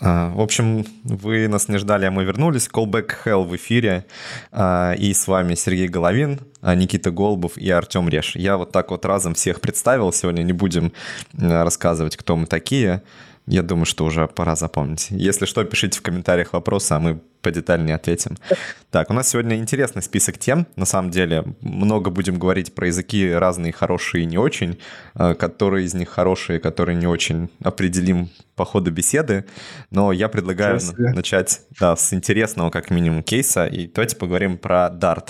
В общем, вы нас не ждали, а мы вернулись. Callback Hell в эфире. И с вами Сергей Головин, Никита Голубов и Артем Реш. Я вот так вот разом всех представил. Сегодня не будем рассказывать, кто мы такие. Я думаю, что уже пора запомнить. Если что, пишите в комментариях вопросы, а мы подетальнее ответим. Так, у нас сегодня интересный список тем. На самом деле, много будем говорить про языки разные, хорошие и не очень. Которые из них хорошие, которые не очень, определим по ходу беседы. Но я предлагаю начать с интересного, как минимум, кейса. И давайте поговорим про Dart.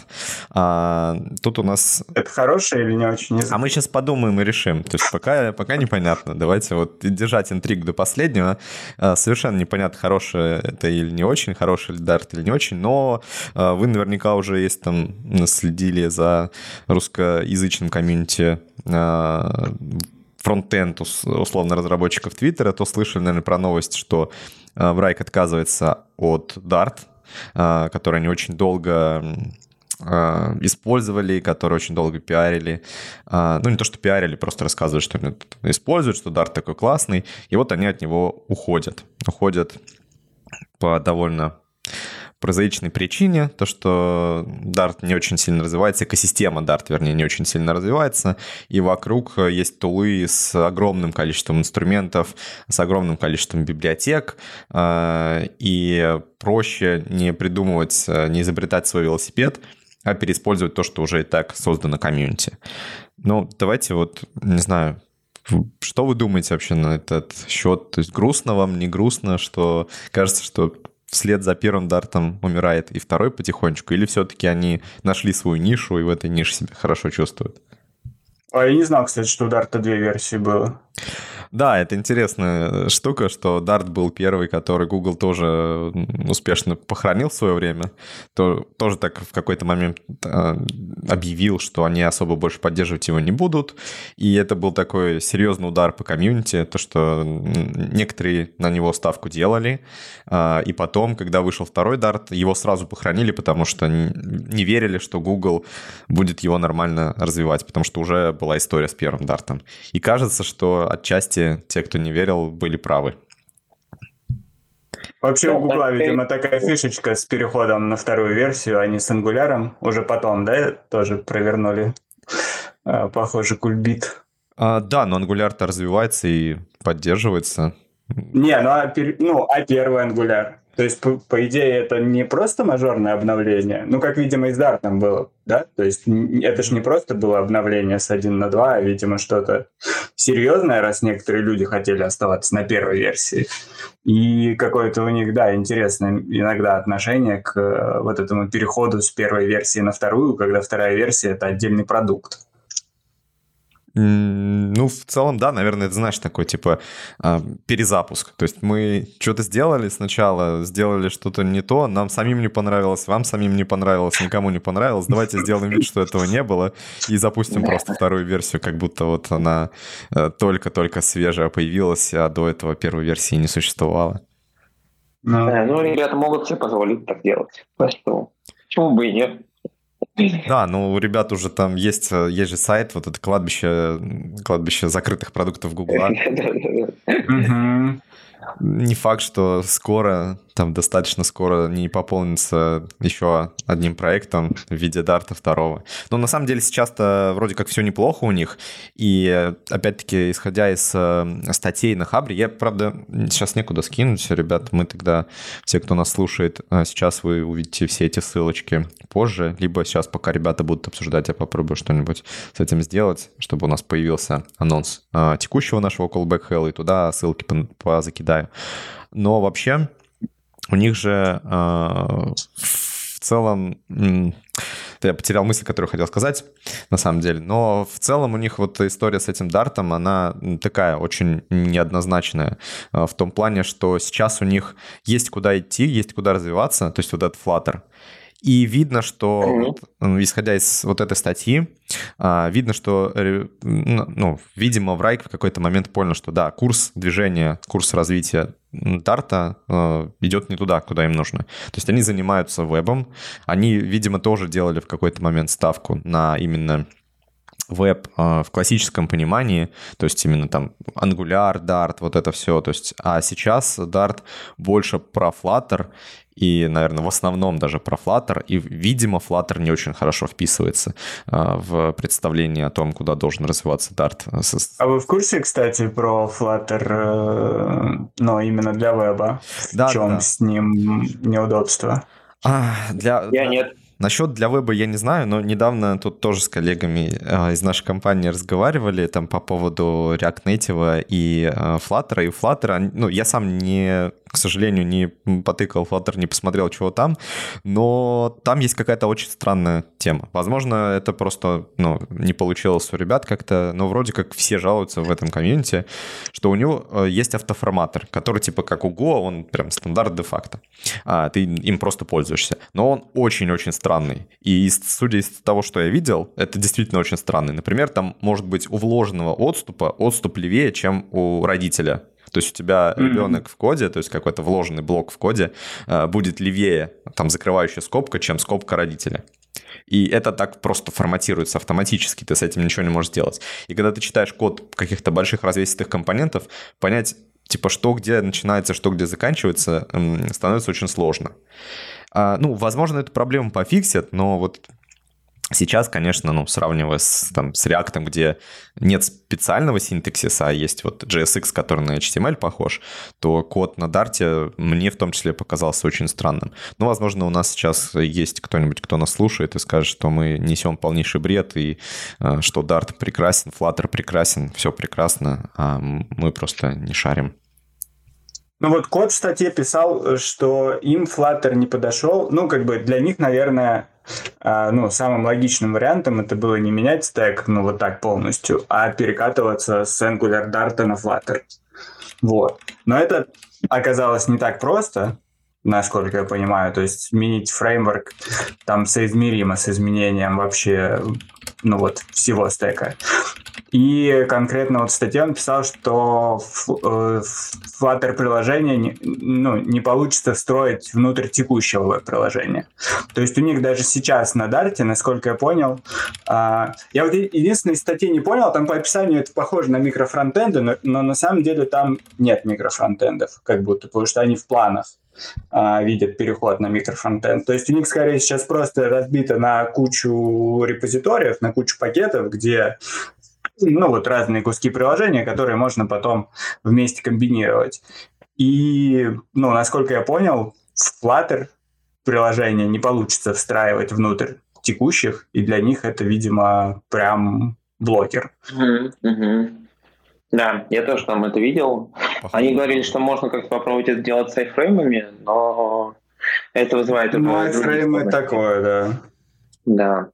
Тут у нас... Это хорошее или не очень? А мы сейчас подумаем и решим. То есть пока непонятно. Давайте вот держать интригу до последнего. Совершенно непонятно, хорошее это или не очень, хороший ли Dart или не очень. Но вы наверняка уже, если там следили за русскоязычным комьюнити фронтенд, условно, разработчиков Твиттера, то слышали, наверное, про новость, что Wrike отказывается от Dart, который они очень долго использовали, которые очень долго пиарили. Ну, не то, что пиарили, просто рассказывали, что они используют, что Dart такой классный. И вот они от него уходят. Уходят по довольно прозаичной причине, то, что Dart не очень сильно развивается, экосистема Dart, вернее, не очень сильно развивается, и вокруг есть тулы с огромным количеством инструментов, с огромным количеством библиотек, и проще не придумывать, не изобретать свой велосипед, а переиспользовать то, что уже и так создано комьюнити. Ну, давайте вот, не знаю, что вы думаете вообще на этот счет? То есть грустно вам, не грустно, что кажется, что вслед за первым Дартом умирает и второй потихонечку? Или все-таки они нашли свою нишу и в этой нише себя хорошо чувствуют? А я не знал, кстати, что у Дарта 2 версии было. Да, это интересная штука, что Dart был первый, который Google тоже успешно похоронил в свое время. Тоже так в какой-то момент объявил, что они особо больше поддерживать его не будут. И это был такой серьезный удар по комьюнити, то, что некоторые на него ставку делали. И потом, когда вышел второй Dart, его сразу похоронили, потому что не верили, что Google будет его нормально развивать, потому что уже была история с первым Dart. И кажется, что отчасти те, кто не верил, были правы. Вообще у Гугла, видимо, такая фишечка с переходом на вторую версию, а не с ангуляром. Уже потом, да, тоже провернули, похоже, кульбит. Да, но ангуляр-то развивается и поддерживается. Не, а первый ангуляр? То есть, по идее, это не просто мажорное обновление, как, видимо, и с Дартом было, да? То есть, это же не просто было обновление с 1 на 2, а, видимо, что-то серьезное, раз некоторые люди хотели оставаться на первой версии. И какое-то у них, да, интересное иногда отношение к вот этому переходу с первой версии на вторую, когда вторая версия – это отдельный продукт. Ну, в целом, да, наверное, это, знаешь, такой, типа, перезапуск. То есть мы что-то сделали сначала, сделали что-то не то, нам самим не понравилось, вам самим не понравилось, никому не понравилось. Давайте сделаем вид, что этого не было, и запустим просто вторую версию, как будто вот она только-только свежая появилась, а до этого первой версии не существовало. Ребята могут себе позволить так делать. Поэтому почему бы и нет? Да, у ребят уже там есть же сайт, вот это кладбище закрытых продуктов Гугла. Не факт, что скоро, там достаточно скоро не пополнится еще одним проектом в виде Дарта 2. Но на самом деле сейчас-то вроде как все неплохо у них. И опять-таки, исходя из статей на Хабре, я, правда, сейчас некуда скинуть, ребят. Мы тогда, все, кто нас слушает, сейчас вы увидите все эти ссылочки позже. Либо сейчас, пока ребята будут обсуждать, я попробую что-нибудь с этим сделать, чтобы у нас появился анонс текущего нашего Callback Hell, и туда ссылки позакидаю. Но вообще у них же в целом... Я потерял мысль, которую хотел сказать, на самом деле. Но в целом у них вот история с этим Дартом, она такая очень неоднозначная. В том плане, что сейчас у них есть куда идти, есть куда развиваться. То есть вот этот Flutter. И видно, что, исходя из вот этой статьи, видно, что, видимо, Wrike в какой-то момент понял, что да, курс движения, курс развития Дарта идет не туда, куда им нужно. То есть они занимаются вебом, они, видимо, тоже делали в какой-то момент ставку на именно веб в классическом понимании, то есть именно там Angular, Dart, вот это все. То есть, а сейчас Dart больше про Flutter и, наверное, в основном даже про Flutter. И, видимо, Flutter не очень хорошо вписывается в представление о том, куда должен развиваться Dart. А вы в курсе, кстати, про Flutter, но именно для веба? Да, в чем да. с ним неудобство? Я нет. Насчет для веба я не знаю, но недавно тут тоже с коллегами из нашей компании разговаривали там по поводу React Native и Flutter. И у Flutter, я сам к сожалению, не потыкал Flutter, не посмотрел, чего там, но там есть какая-то очень странная тема. Возможно, это просто, не получилось у ребят как-то, но вроде как все жалуются в этом комьюнити, что у него есть автоформатор, который типа как у Go, он прям стандарт де-факто. Ты им просто пользуешься. Но он очень-очень странный. И судя из того, что я видел, это действительно очень странный. Например, там может быть у вложенного отступ левее, чем у родителя. То есть у тебя ребенок в коде, то есть какой-то вложенный блок в коде будет левее, там, закрывающая скобка, чем скобка родителя. И это так просто форматируется автоматически, ты с этим ничего не можешь сделать. И когда ты читаешь код каких-то больших развесистых компонентов, понять, типа, что где начинается, что где заканчивается, становится очень сложно. Возможно, эту проблему пофиксят, но вот сейчас, конечно, сравнивая с React, где нет специального синтаксиса, а есть вот JSX, который на HTML похож, то код на Dart мне в том числе показался очень странным. Возможно, у нас сейчас есть кто-нибудь, кто нас слушает и скажет, что мы несем полнейший бред, и что Dart прекрасен, Flutter прекрасен, все прекрасно, а мы просто не шарим. Код в статье писал, что им Flutter не подошел. Для них, наверное, самым логичным вариантом это было не менять стек, вот так полностью, а перекатываться с Angular Dart на Flutter. Вот. Но это оказалось не так просто, насколько я понимаю. То есть сменить фреймворк там соизмеримо с изменением вообще, всего стека. И конкретно в статье он писал, что Flutter приложение не получится встроить внутрь текущего веб-приложения. То есть у них даже сейчас на Dart, насколько я понял, я вот единственной статьи не понял, там по описанию это похоже на микрофронтенды, но на самом деле там нет микрофронтендов, как будто, потому что они в планах видят переход на микрофронтенд. То есть у них скорее сейчас просто разбито на кучу репозиториев, на кучу пакетов, где разные куски приложения, которые можно потом вместе комбинировать. И, насколько я понял, в Flutter приложение не получится встраивать внутрь текущих, и для них это, видимо, прям блокер. Да, я тоже там это видел. Они говорили, что можно как-то попробовать это делать с айфреймами, но это вызывает... айфреймы такое, да. Да.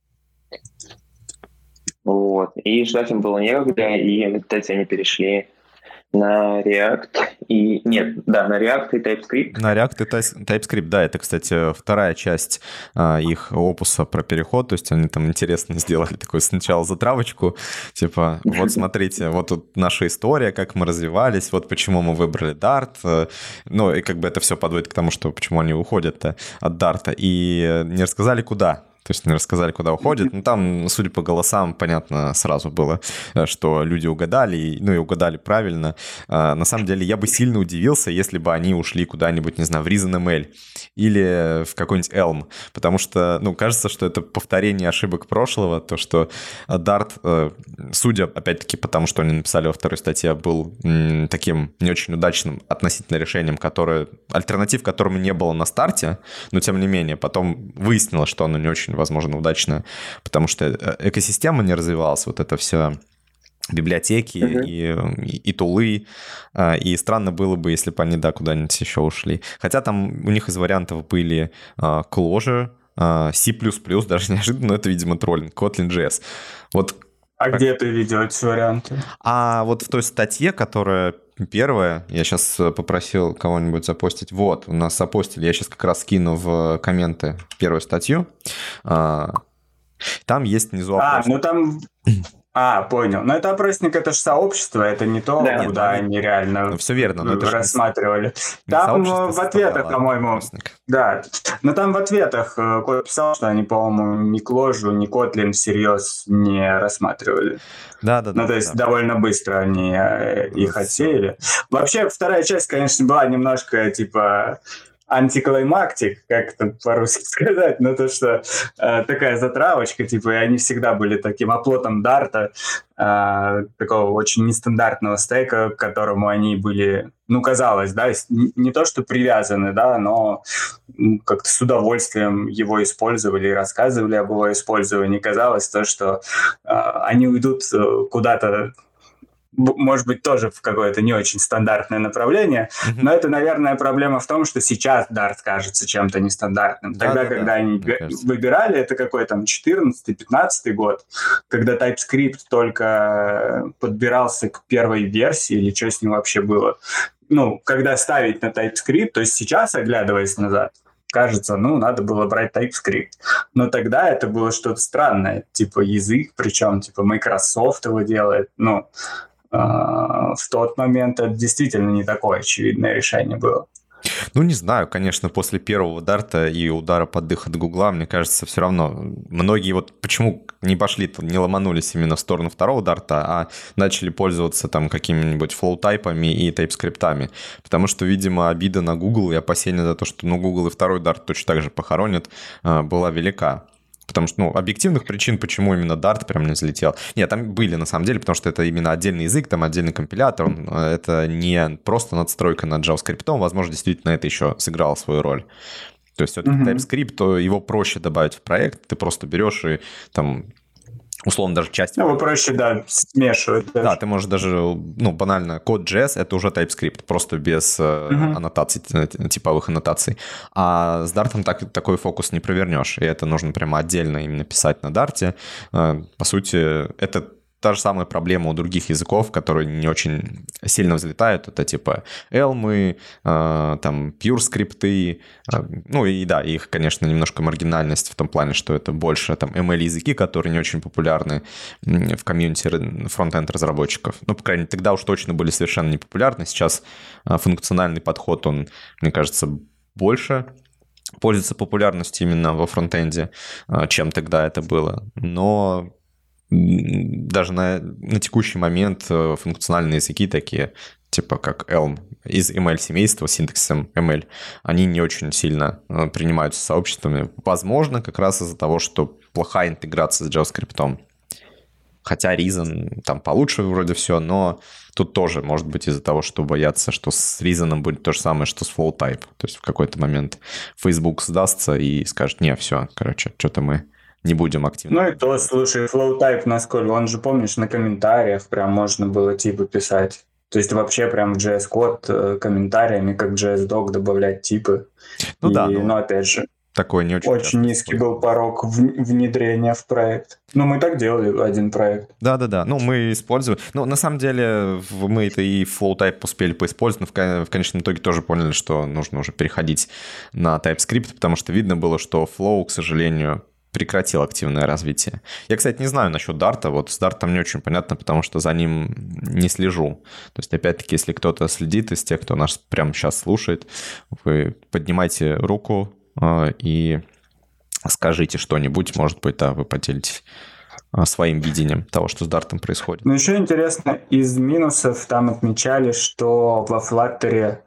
Вот. И ждать им было некогда, и в результате они перешли на React на React и TypeScript. На React и TypeScript, да, это, кстати, вторая часть их опуса про переход, то есть они там интересно сделали такую сначала затравочку, типа, вот смотрите, вот тут наша история, как мы развивались, вот почему мы выбрали Dart, и как бы это все подводит к тому, что почему они уходят от Dart, и не рассказали, куда. То есть не рассказали, куда уходит. Там, судя по голосам, понятно сразу было, что люди угадали, и угадали правильно. На самом деле, я бы сильно удивился, если бы они ушли куда-нибудь, не знаю, в ReasonML или в какой-нибудь Elm. Потому что, кажется, что это повторение ошибок прошлого. То, что Dart, судя, опять-таки, потому что они написали во второй статье, был таким не очень удачным относительно решением, альтернатив которому не было на старте, но, тем не менее, потом выяснилось, что оно не очень возможно, удачно, потому что экосистема не развивалась, вот это все библиотеки и тулы, и странно было бы, если бы они, куда-нибудь еще ушли. Хотя там у них из вариантов были Clojure, C++, даже неожиданно, но это, видимо, троллинг, Kotlin.js. Где ты видел эти варианты? Вот в той статье, которая первая, я сейчас попросил кого-нибудь запостить. Вот, у нас запостили, я сейчас как раз скину в комменты первую статью. Там есть внизу опрос. Понял. Но это опросник, это же сообщество, это не то, Да. куда они реально все верно, но это рассматривали. не Там сообщество в ответах, составляло по-моему, опросник. да. Но там в ответах кот писал, что они, по-моему, ни Кложу, ни Kotlin всерьез не рассматривали. Да. Ну, то есть довольно быстро они их Всё. отсеяли. Вообще, вторая часть, конечно, была немножко, типа, антиклаймактик, как это по-русски сказать, но то, что такая затравочка, типа, и они всегда были таким оплотом Дарта, такого очень нестандартного стека, к которому они были, ну, казалось, да, не то, что привязаны, да, но как-то с удовольствием его использовали и рассказывали об его использовании. Казалось то, что они уйдут куда-то, может быть, тоже в какое-то не очень стандартное направление, но это, наверное, проблема в том, что сейчас Dart кажется чем-то нестандартным. Тогда, когда они выбирали, это какой там 14-15 год, когда TypeScript только подбирался к первой версии, или что с ним вообще было. Ну, когда ставить на TypeScript, то есть сейчас, оглядываясь назад, кажется, ну, надо было брать TypeScript. Но тогда это было что-то странное, типа язык, причем типа Microsoft его делает, ну, в тот момент это действительно не такое очевидное решение было. Ну, не знаю, конечно, после первого Дарта и удара под дых от Гугла, мне кажется, все равно многие вот почему не пошли, не ломанулись именно в сторону второго Дарта, а начали пользоваться там какими-нибудь флоу-тайпами и тайп-скриптами. Потому что, видимо, обида на Google и опасения за то, что Google и второй Дарт точно так же похоронят, была велика. Потому что, объективных причин, почему именно Dart прям не взлетел. Нет, там были на самом деле, потому что это именно отдельный язык, там отдельный компилятор. Это не просто надстройка над JavaScript. Возможно, действительно это еще сыграло свою роль. То есть все-таки TypeScript, то его проще добавить в проект. Ты просто берешь и там... условно, даже часть... Его проще, да, смешивать. Да, ты можешь даже, банально, Code.js — это уже TypeScript, просто без аннотаций, типовых аннотаций. А с Dart такой фокус не провернешь, и это нужно прямо отдельно именно писать на Dart. По сути, это та же самая проблема у других языков, которые не очень сильно взлетают. Это типа Elm, там Pure скрипты. И да, их, конечно, немножко маргинальность в том плане, что это больше там ML-языки, которые не очень популярны в комьюнити фронт-энд разработчиков. По крайней мере, тогда уж точно были совершенно непопулярны. Сейчас функциональный подход, он, мне кажется, больше пользуется популярностью именно во фронт-энде, чем тогда это было. Но даже на текущий момент функциональные языки такие, типа как Elm, из ML-семейства с синтаксисом ML, они не очень сильно принимаются сообществами. Возможно, как раз из-за того, что плохая интеграция с JavaScript. Хотя Reason там получше вроде все, но тут тоже может быть из-за того, что боятся, что с Reason будет то же самое, что с FlowType. То есть в какой-то момент Facebook сдастся и скажет: не, все, что-то мы не будем активно. Ну и то, слушай, FlowType, насколько, он же, помнишь, на комментариях прям можно было типы писать. То есть вообще прям в JS Code комментариями, как JS Doc, добавлять типы. Но опять же, такое не очень низкий был порог внедрения в проект. Мы так делали один проект. Да. Мы используем. На самом деле, мы это и FlowType успели поиспользовать, но в конечном итоге тоже поняли, что нужно уже переходить на TypeScript, потому что видно было, что Flow, к сожалению, прекратил активное развитие. Я, кстати, не знаю насчет Dart. Вот с Dart не очень понятно, потому что за ним не слежу. То есть, опять-таки, если кто-то следит из тех, кто нас прямо сейчас слушает, вы поднимайте руку и скажите что-нибудь. Может быть, да, вы поделитесь своим видением того, что с Dart происходит. Еще интересно, из минусов там отмечали, что во Flutter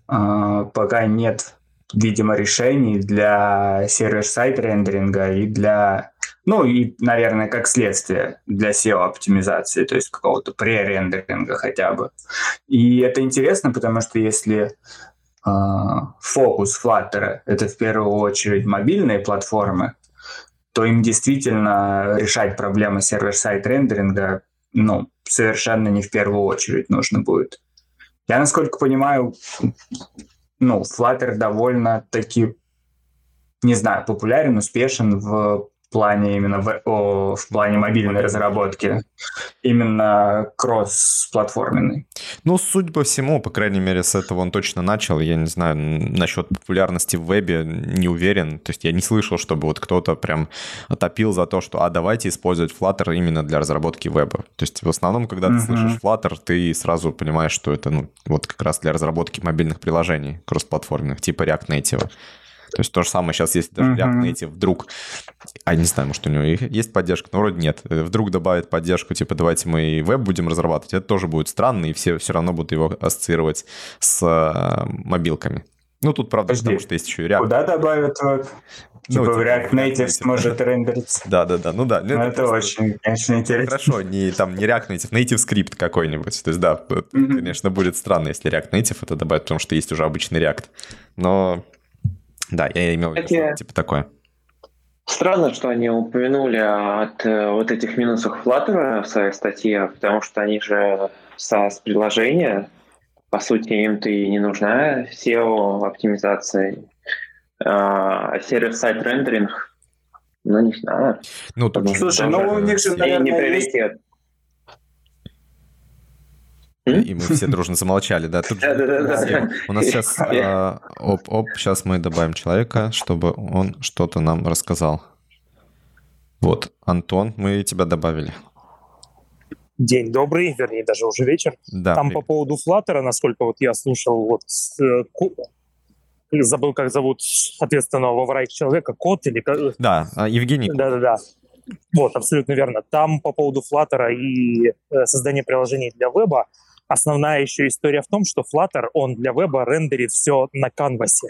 пока нет, видимо, решений для сервер-сайт рендеринга и для, и, наверное, как следствие, для SEO-оптимизации, то есть какого-то пререндеринга хотя бы. И это интересно, потому что если фокус Flutter — это в первую очередь мобильные платформы, то им действительно решать проблемы сервер-сайт рендеринга, совершенно не в первую очередь нужно будет. Я, насколько понимаю, Flutter довольно-таки, не знаю, популярен, успешен в плане именно в плане мобильной разработки, именно кросс-платформенный. Ну, судя по всему, по крайней мере, с этого он точно начал. Я не знаю, насчет популярности в вебе не уверен. То есть я не слышал, чтобы вот кто-то прям топил за то, что давайте использовать Flutter именно для разработки веба. То есть в основном, когда ты слышишь Flutter, ты сразу понимаешь, что это вот как раз для разработки мобильных приложений кроссплатформенных, типа React Native. То есть то же самое сейчас, если даже React Native вдруг, не знаю, может, у него есть поддержка, но вроде нет, вдруг добавит поддержку, типа, давайте мы и веб будем разрабатывать, это тоже будет странно, и все равно будут его ассоциировать с мобилками. Ну, тут, правда, Подожди, потому что есть еще и React. Куда добавят веб? Типа в React Native сможет рендериться. Да, ну да. Это очень, конечно, интересно. Хорошо, не React Native, Native Script какой-нибудь. То есть, да, конечно, будет странно, если React Native это добавить, потому что есть уже обычный React. Но... Да, я имел в виду, что типа такое. Странно, что они упомянули вот этих минусах Flutter в своей статье, потому что они же SaaS-приложения, по сути, им-то и не нужна SEO-оптимизация, сервис-сайт рендеринг, не знаю. Слушай, у них же, наверное, не приоритет. И мы все дружно замолчали, да? Да. У нас сейчас... сейчас мы добавим человека, чтобы он что-то нам рассказал. Вот, Антон, мы тебя добавили. День добрый, вернее, даже уже вечер. Да, там по поводу Flutter, насколько вот я слушал, забыл, как зовут ответственного в Override человека, Кот или... Да, Евгений. Да. Вот, абсолютно верно. Там по поводу Flutter и создания приложений для веба основная еще история в том, что Flutter, он для веба рендерит все на канвасе.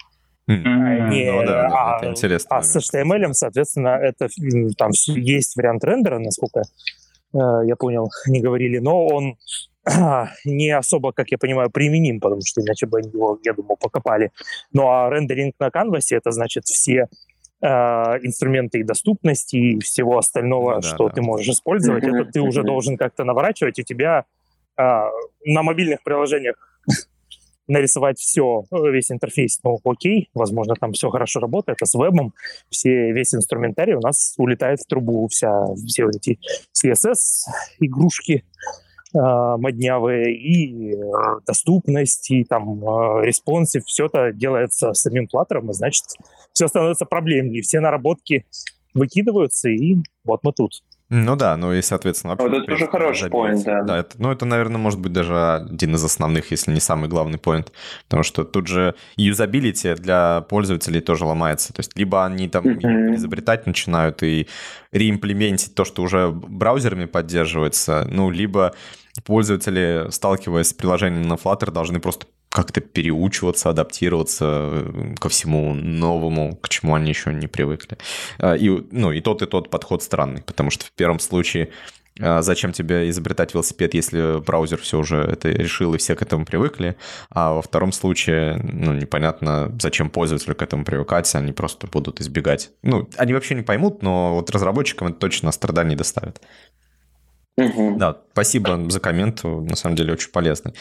Это интересно. А с HTML, соответственно, это там есть вариант рендера, насколько я понял, не говорили, но он не особо, как я понимаю, применим, потому что иначе бы его, я думаю, покопали. Ну а рендеринг на канвасе, это значит все инструменты и доступности, и всего остального, что ты можешь использовать, это ты уже должен как-то наворачивать, и тебя на мобильных приложениях нарисовать все, весь интерфейс, окей, возможно, там все хорошо работает, а с вебом весь инструментарий у нас улетает в трубу, все вот эти CSS-игрушки моднявые, и доступность, и там респонсив, все это делается самим Flutter, и значит, все становится проблемнее, все наработки выкидываются, и вот мы тут. Ну да, и, соответственно... Вот это тоже хороший поинт, да. Да, это, наверное, может быть даже один из основных, если не самый главный поинт, потому что тут же юзабилити для пользователей тоже ломается, то есть либо они там изобретать начинают и реимплементить то, что уже браузерами поддерживается, либо пользователи, сталкиваясь с приложением на Flutter, должны просто как-то переучиваться, адаптироваться ко всему новому, к чему они еще не привыкли. И тот подход странный, потому что в первом случае зачем тебе изобретать велосипед, если браузер все уже это решил и все к этому привыкли, а во втором случае, непонятно, зачем пользователю к этому привыкать, они просто будут избегать. Они вообще не поймут, но вот разработчикам это точно страданий доставит. Да, спасибо за коммент, на самом деле очень полезный.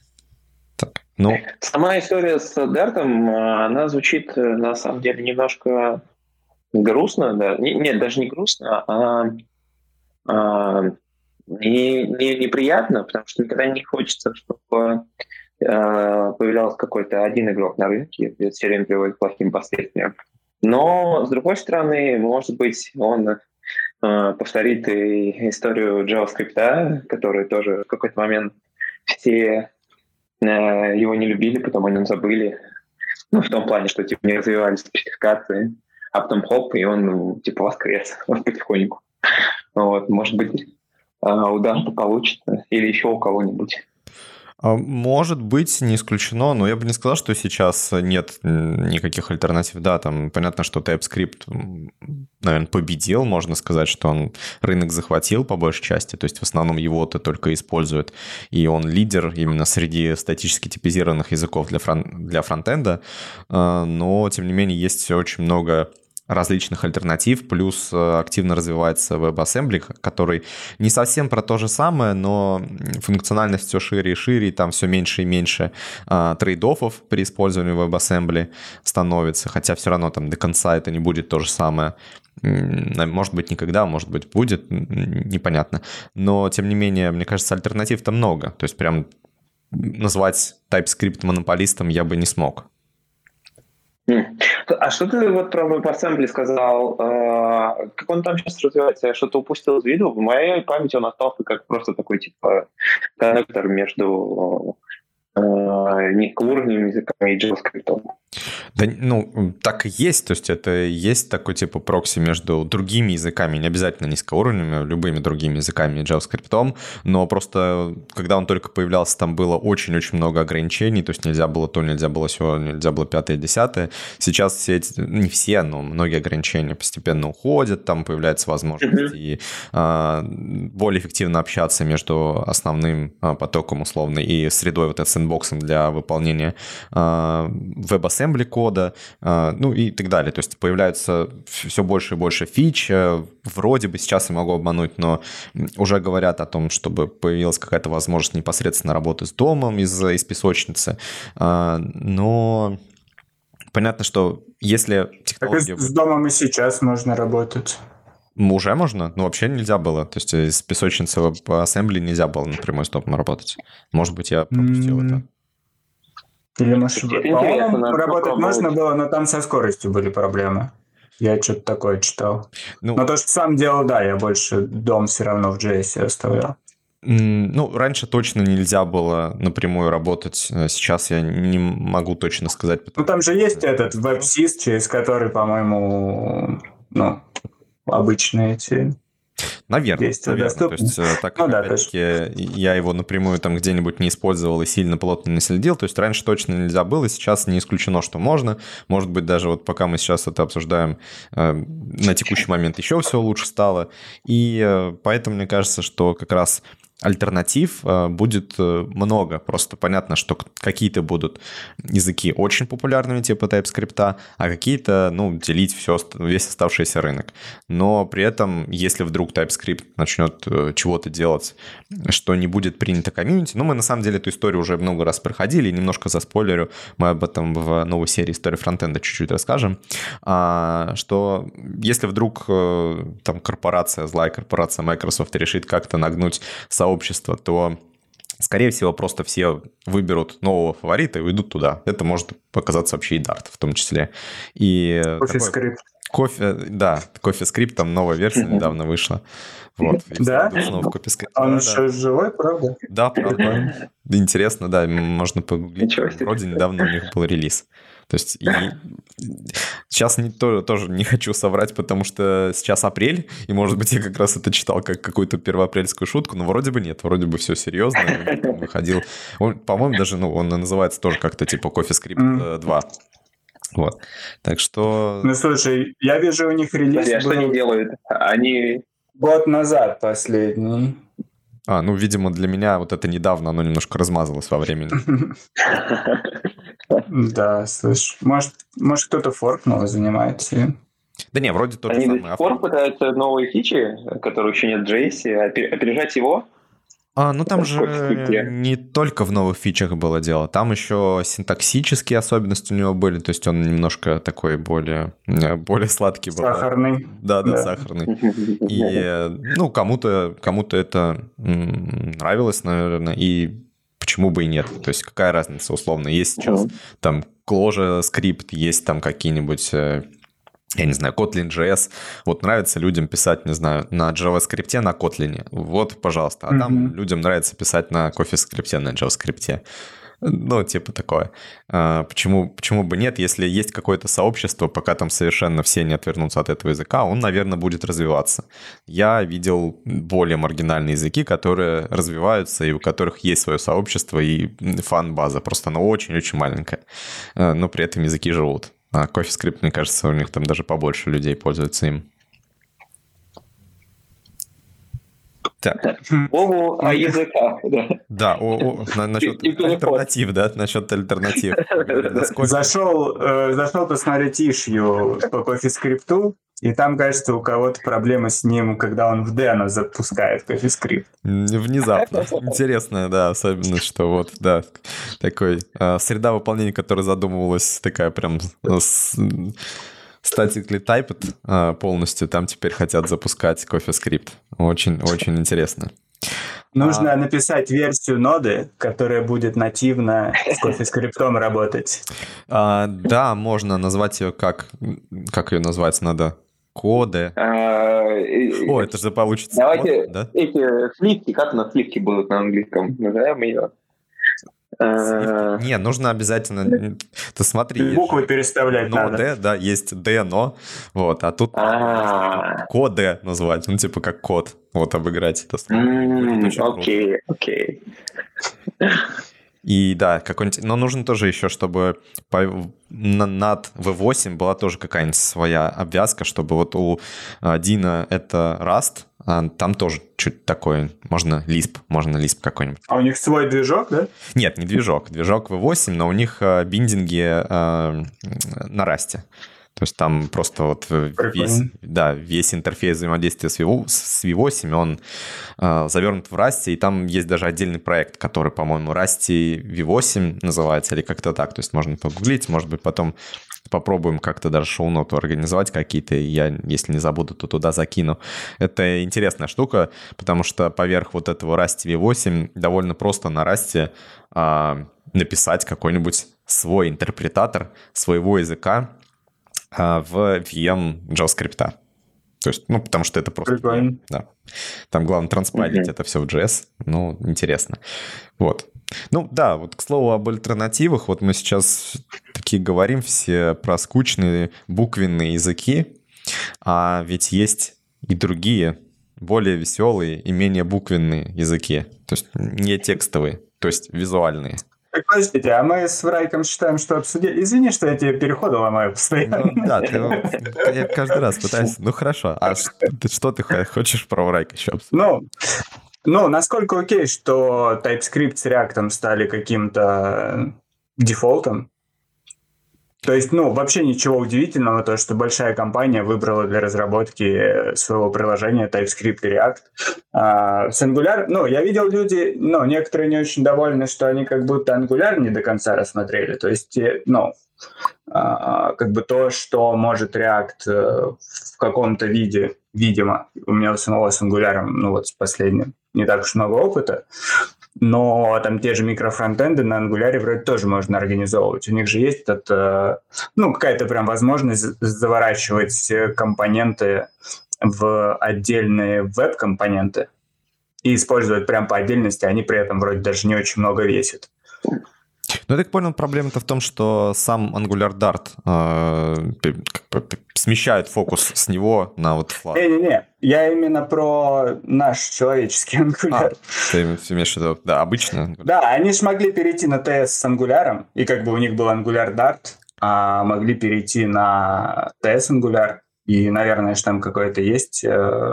Сама история с Дартом, она звучит на самом деле немножко грустно, да. Нет, даже не грустно, а неприятно, потому что никогда не хочется, чтобы появлялся какой-то один игрок на рынке, это все время приводит к плохим последствиям. Но, с другой стороны, может быть, он повторит и историю JavaScript, который тоже в какой-то момент все его не любили, потом о нем забыли. В том плане, что не развивались спецификации, а потом хоп, и он воскрес потихоньку. Может быть, у Дарта получится, или еще у кого-нибудь. Может быть, не исключено, но я бы не сказал, что сейчас нет никаких альтернатив. Да, там понятно, что TypeScript, наверное, победил, можно сказать, что он рынок захватил по большей части, то есть в основном его-то только используют, и он лидер именно среди статически типизированных языков для фронтенда, но, тем не менее, есть все очень много различных альтернатив, плюс активно развивается WebAssembly, который не совсем про то же самое, но функциональность все шире и шире, и там все меньше и меньше трейд-оффов при использовании WebAssembly становится, хотя все равно там до конца это не будет то же самое. Может быть, никогда, может быть, будет, непонятно. Но, тем не менее, мне кажется, альтернатив-то много. То есть прям назвать TypeScript монополистом я бы не смог. А что ты вот про WebAssembly сказал? Как он там сейчас развивается? Я что-то упустил из виду. В моей памяти он остался как просто такой типа коннектор между низкоуровневыми языками и JavaScript. Да, ну, так и есть. То есть это есть такой типа прокси между другими языками, не обязательно низкоуровневыми, любыми другими языками и JavaScript, но просто когда он только появлялся, там было очень-очень много ограничений, то есть нельзя было то, нельзя было сё, нельзя было 5-е, 10-е. Сейчас все эти, не все, но многие ограничения постепенно уходят, там появляется возможность и более эффективно общаться между основным потоком условно и средой вот этим сэндбоксом для выполнения WebAssembly кода, ну и так далее. То есть появляются все больше и больше фич. Вроде бы сейчас я могу обмануть, но уже говорят о том, чтобы появилась какая-то возможность непосредственно работы с домом из песочницы. Но понятно, что если технология... Так с домом и сейчас можно работать. Уже можно, но вообще нельзя было. То есть из песочницы WebAssembly нельзя было напрямую с домом работать. Может быть, я пропустил это. Или, может, по-моему, работать можно было, но там со скоростью были проблемы. Я что-то такое читал. Но то, что сам делал, да, я больше дом все равно в JS оставлял. Ну, раньше точно нельзя было напрямую работать. Сейчас я не могу точно сказать. Ну, там же есть этот WebSys, через который, по-моему, ну, обычные эти... Наверное. То есть, так как, опять-таки, я его напрямую там где-нибудь не использовал и сильно плотно не следил, то есть раньше точно нельзя было, сейчас не исключено, что можно. Может быть, даже вот пока мы сейчас это обсуждаем, на текущий момент еще все лучше стало. И поэтому мне кажется, что как раз альтернатив будет много. Просто понятно, что какие-то будут языки очень популярными, типа TypeScript, а какие-то, ну, делить весь оставшийся рынок. Но при этом, если вдруг TypeScript начнет чего-то делать, что не будет принято комьюнити, ну, мы на самом деле эту историю уже много раз проходили, и немножко заспойлерю, мы об этом в новой серии «История фронтенда» чуть-чуть расскажем, что если вдруг там злая корпорация Microsoft решит как-то нагнуть сообщество, то, скорее всего, просто все выберут нового фаворита и уйдут туда. Это может показаться вообще и Dart в том числе. И CoffeeScript. CoffeeScript, там новая версия недавно вышла. Вот. Да? Он еще живой, правда? Да, правда. Интересно, да, можно погуглить. Вроде недавно у них был релиз. То есть сейчас тоже не хочу соврать, потому что сейчас апрель, и, может быть, я как раз это читал как какую-то первоапрельскую шутку, но вроде бы нет, вроде бы все серьезно. Он выходил, по-моему, даже он называется тоже как-то типа CoffeeScript 2. Вот. Так что... Ну, слушай, я вижу у них релиз. А что они делают? Они... Год назад последний. Ну, видимо, для меня вот это недавно, оно немножко размазалось во времени. Да, слышь, может кто-то форкнул и занимается им. Да не, вроде тот же самый автор. Они до сих пор пытаются новые фичи, которые еще нет в JS, опережать его? Ну там же не только в новых фичах было дело, там еще синтаксические особенности у него были, то есть он немножко такой более сладкий был. Сахарный. Да, сахарный. И, кому-то это нравилось, наверное, и почему бы и нет? То есть какая разница, условно? Есть сейчас там Clojure скрипт, есть там какие-нибудь... я не знаю, Kotlin.js. Вот нравится людям писать, не знаю, на JavaScript на Kotlin. Вот, пожалуйста. А там людям нравится писать на CoffeeScript на JavaScript. Ну, типа такое. Почему бы нет? Если есть какое-то сообщество, пока там совершенно все не отвернутся от этого языка, он, наверное, будет развиваться. Я видел более маргинальные языки, которые развиваются, и у которых есть свое сообщество и фан-база. Просто оно очень-очень маленькое. Но при этом языки живут. А CoffeeScript, мне кажется, у них там даже побольше людей пользуются им. Так. О языках, да. Да, насчет альтернатив, да, насчет альтернатив. Зашел посмотреть ишью по CoffeeScript, и там, кажется, у кого-то проблемы с ним, когда он в Deno запускает CoffeeScript. Внезапно. Интересно, да, особенность, что вот, да, такой среда выполнения, которая задумывалась такая прям Statically Typed полностью, там теперь хотят запускать CoffeeScript. Очень интересно. Нужно написать версию ноды, которая будет нативно с CoffeeScript работать. Да, можно назвать ее как ее назвать надо? Коды. О, это же получится. Давайте код, да? эти сливки, как на сливки будут на английском? Назовем ее. Не, нужно обязательно... Ты смотри. Буквы переставлять надо. Ноде, да, есть Д, но. Вот, а тут коды назвать. Ну, типа как код. Вот, обыграть это слово. Окей. И да, какой-нибудь... Но нужно тоже еще, чтобы над V8 была тоже какая-нибудь своя обвязка, чтобы вот у Дина это Rust, а там тоже чуть такое. Можно Lisp какой-нибудь. А у них свой движок, да? Нет, не движок. Движок V8, но у них биндинги на Rust. То есть там просто вот весь интерфейс взаимодействия с V8, он завернут в Rust, и там есть даже отдельный проект, который, по-моему, Rust V8 называется, или как-то так. То есть можно погуглить, может быть, потом попробуем как-то даже шоу-ноты организовать какие-то, я, если не забуду, то туда закину. Это интересная штука, потому что поверх вот этого Rust V8 довольно просто на Rust написать какой-нибудь свой интерпретатор своего языка в VM JavaScript. То есть, потому что это просто... Прикольно. Да. Там главное транспайлить это все в JS. Ну, интересно. Вот. Ну, да, вот к слову об альтернативах. Вот мы сейчас такие говорим все про скучные буквенные языки, а ведь есть и другие, более веселые и менее буквенные языки. То есть не текстовые, то есть визуальные. Так, подождите, а мы с Врайком считаем, что обсудили... Извини, что я тебе переходы ломаю постоянно. Да, я каждый раз пытаюсь... Ну, хорошо. А что ты хочешь про Врайка еще обсудить? Ну, насколько окей, что TypeScript с React стали каким-то дефолтом? То есть, вообще ничего удивительного, то, что большая компания выбрала для разработки своего приложения TypeScript и React. С Angular, я видел люди, некоторые не очень довольны, что они как будто Angular не до конца рассмотрели. То есть, как бы то, что может React в каком-то виде, видимо, у меня у самого с Angular, с последним, не так уж много опыта, но там те же микрофронтенды на Angular вроде тоже можно организовывать. У них же есть какая-то прям возможность заворачивать компоненты в отдельные веб-компоненты и использовать прям по отдельности, они при этом вроде даже не очень много весят. Ну, я так понял, проблема-то в том, что сам Angular Dart смещает фокус с него на вот флаг. Не-не-не, я именно про наш человеческий Angular. Ты имеешь в виду, да, обычно? Да, они же могли перейти на TS с Angular, и как бы у них был Angular Dart, а могли перейти на TS Angular, и, наверное, там какой-то есть,